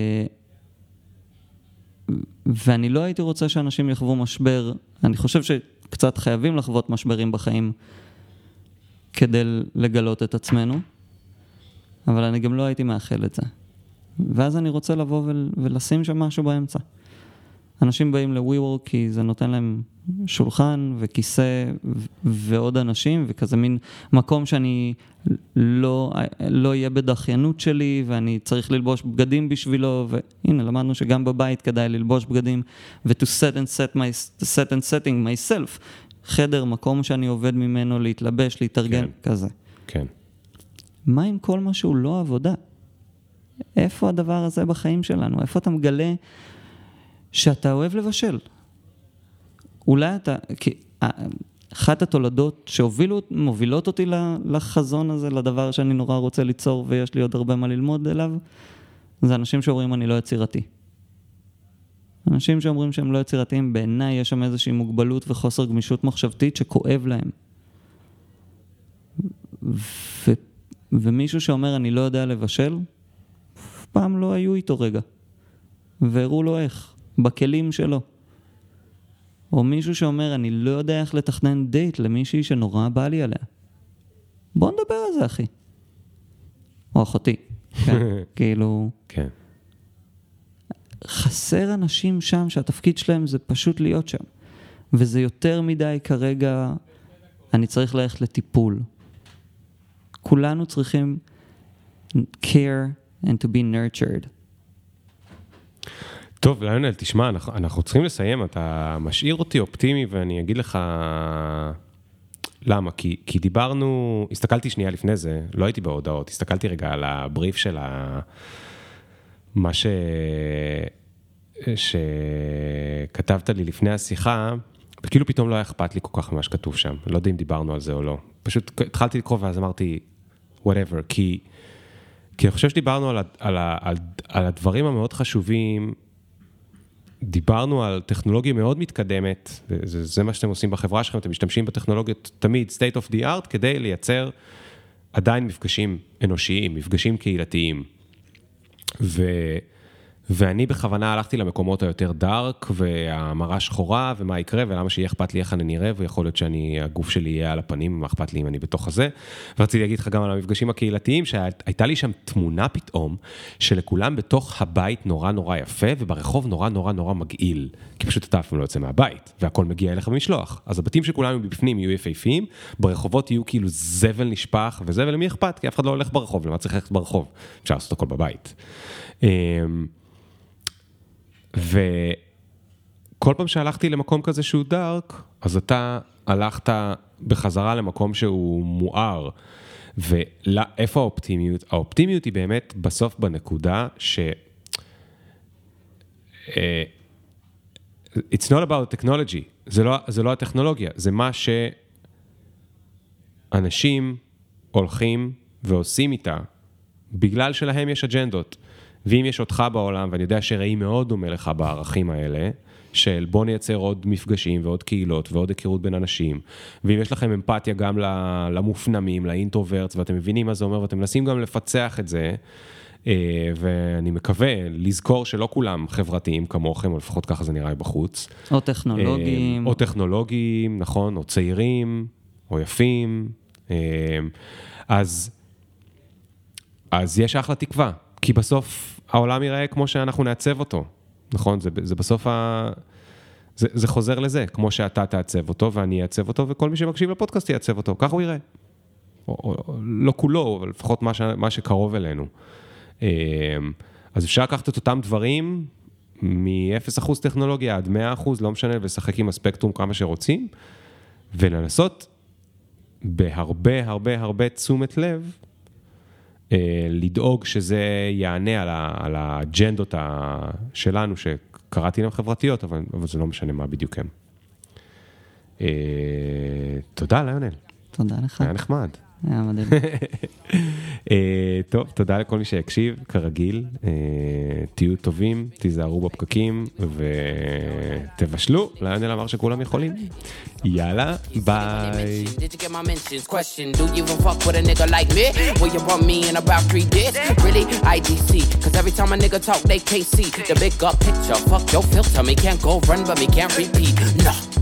ואני לא הייתי רוצה שאנשים יחוו משבר, אני חושב שקצת חייבים לחוות משברים בחיים, כדי לגלות את עצמנו, אבל אני גם לא הייתי מאחל את זה. ואז אני רוצה לבוא ול, ולשים שם משהו באמצע. אנשים באים ל-WeWork כי זה נותן להם שולחן וכיסא ו- ועוד אנשים, וכזה מין מקום שאני לא, לא אהיה בדחיינות שלי, ואני צריך ללבוש בגדים בשבילו, והנה, למדנו שגם בבית כדאי ללבוש בגדים, ו-to set and set, my, set and setting myself, חדר, מקום שאני עובד ממנו, להתלבש, להתארגן, כן. כזה. כן. מה עם כל מה שהוא לא עבודה? איפה הדבר הזה בחיים שלנו? איפה אתה מגלה שאתה אוהב לבשל? אולי אתה, כי אחת התולדות שמובילות אותי לחזון הזה, לדבר שאני נורא רוצה ליצור ויש לי עוד הרבה מה ללמוד אליו, זה אנשים שאומרים אני לא יצירתי. אנשים שאומרים שהם לא יצירתיים, בעיניי יש שם איזושהי מוגבלות וחוסר גמישות מחשבתית שכואב להם. ו... ומישהו שאומר, אני לא יודע לבשל, אף פעם לא היו איתו רגע. והראו לו איך, בכלים שלו. או מישהו שאומר, אני לא יודע איך לתכנן דייט למישהי שנורא בא לי עליה. בוא נדבר על זה, אחי. או אחותי. כן, כאילו... כן. חסר אנשים שם שהתפקיד שלהם זה פשוט להיות שם. וזה יותר מדי כרגע, אני צריך ללכת לטיפול. כולנו צריכים care and to be nurtured. טוב, ליונל, תשמע, אנחנו, אנחנו צריכים לסיים, אתה משאיר אותי אופטימי, ואני אגיד לך למה, כי, כי דיברנו, הסתכלתי שנייה לפני זה, לא הייתי בהודעות, הסתכלתי רגע על הבריף של ה... מה ש... שכתבת לי לפני השיחה, וכאילו פתאום לא היה אכפת לי כל כך ממה שכתוב שם, לא יודע אם דיברנו על זה או לא, פשוט התחלתי לקרוא ואז אמרתי, whatever, כי, כי אני חושב שדיברנו על, על, על, על הדברים המאוד חשובים, דיברנו על טכנולוגיה מאוד מתקדמת, זה, זה מה שאתם עושים בחברה שלכם, אתם משתמשים בטכנולוגיות תמיד state of the art, כדי לייצר עדיין מפגשים אנושיים, מפגשים קהילתיים. ו... ואני בכוונה הלכתי למקומות היותר דארק, והמראה שחורה, ומה יקרה, ולמה שיהיה אכפת לי איך אני נראה, ויכול להיות שאני, הגוף שלי יהיה על הפנים, מה אכפת לי אם אני בתוך הזה. ורציתי להגיד לך גם על המפגשים הקהילתיים, שהייתה לי שם תמונה פתאום, שלכולם בתוך הבית נורא נורא יפה, וברחוב נורא נורא נורא מגעיל, כי פשוט אתה אף פעם לא יוצא מהבית, והכל מגיע אליך במשלוח. אז הבתים שכולנו בפנים יהיו יפהפיים, ברחובות יהיו כאילו זבל נשפח, וזה ולמי אכפת, כי אף אחד לא הולך ברחוב, למה צריך ללכת ברחוב? אפשר לעשות הכל בבית. וכל פעם שהלכתי למקום כזה שהוא דארק, אז אתה הלכת בחזרה למקום שהוא מואר. ואיפה האופטימיות? האופטימיות היא באמת בסוף בנקודה ש... It's not about technology. זה לא, זה לא הטכנולוגיה. זה מה שאנשים הולכים ועושים איתה, בגלל שלהם יש אג'נדות. ואם יש אותך בעולם, ואני יודע שראי מאוד דומה לך בערכים האלה, של בוא נייצר עוד מפגשים ועוד קהילות ועוד הכירות בין אנשים, ואם יש לכם אמפתיה גם למופנמים, לאינטרוברטס, ואתם מבינים מה זה אומר, ואתם מנסים גם לפצח את זה, ואני מקווה לזכור שלא כולם חברתיים כמוכם, או לפחות ככה זה נראה בחוץ. או טכנולוגיים. או טכנולוגיים, נכון, או צעירים, או יפים. אז, אז יש אחלה תקווה. כי בסוף העולם ייראה כמו שאנחנו נעצב אותו, נכון? זה, זה בסוף ה... זה, זה חוזר לזה, כמו שאתה תעצב אותו ואני אעצב אותו, וכל מי שמקשיב לפודקאסט יעצב אותו, ככה הוא ייראה. או, או, לא כולו, אבל לפחות מה, ש, מה שקרוב אלינו. אז אפשר לקחת את אותם דברים, מ-אפס אחוז טכנולוגיה עד מאה אחוז, לא משנה, ולשחק עם הספקטרום כמה שרוצים, ולנסות בהרבה הרבה הרבה תשומת לב, לדאוג שזה יענה על, ה, על האג'נדות שלנו, שקראתי להם חברתיות, אבל, אבל זה לא משנה מה בדיוק הם. תודה, ליונל. תודה לך. היה נחמד. היה מדהים. טוב, תודה לכל מי שיקשיב, כרגיל. תהיו טובים, תיזהרו בפקקים, ותבשלו. ליונל אמר שכולם יכולים. יאללה, ביי. Did you get my mentions? Question, do you even fuck with a nigga like me? Will you bump me in about three days? Really? I D C. Cause every time a nigga talk, they can't see the big up picture. Fuck your filter, me can't go run, but me can't repeat. No.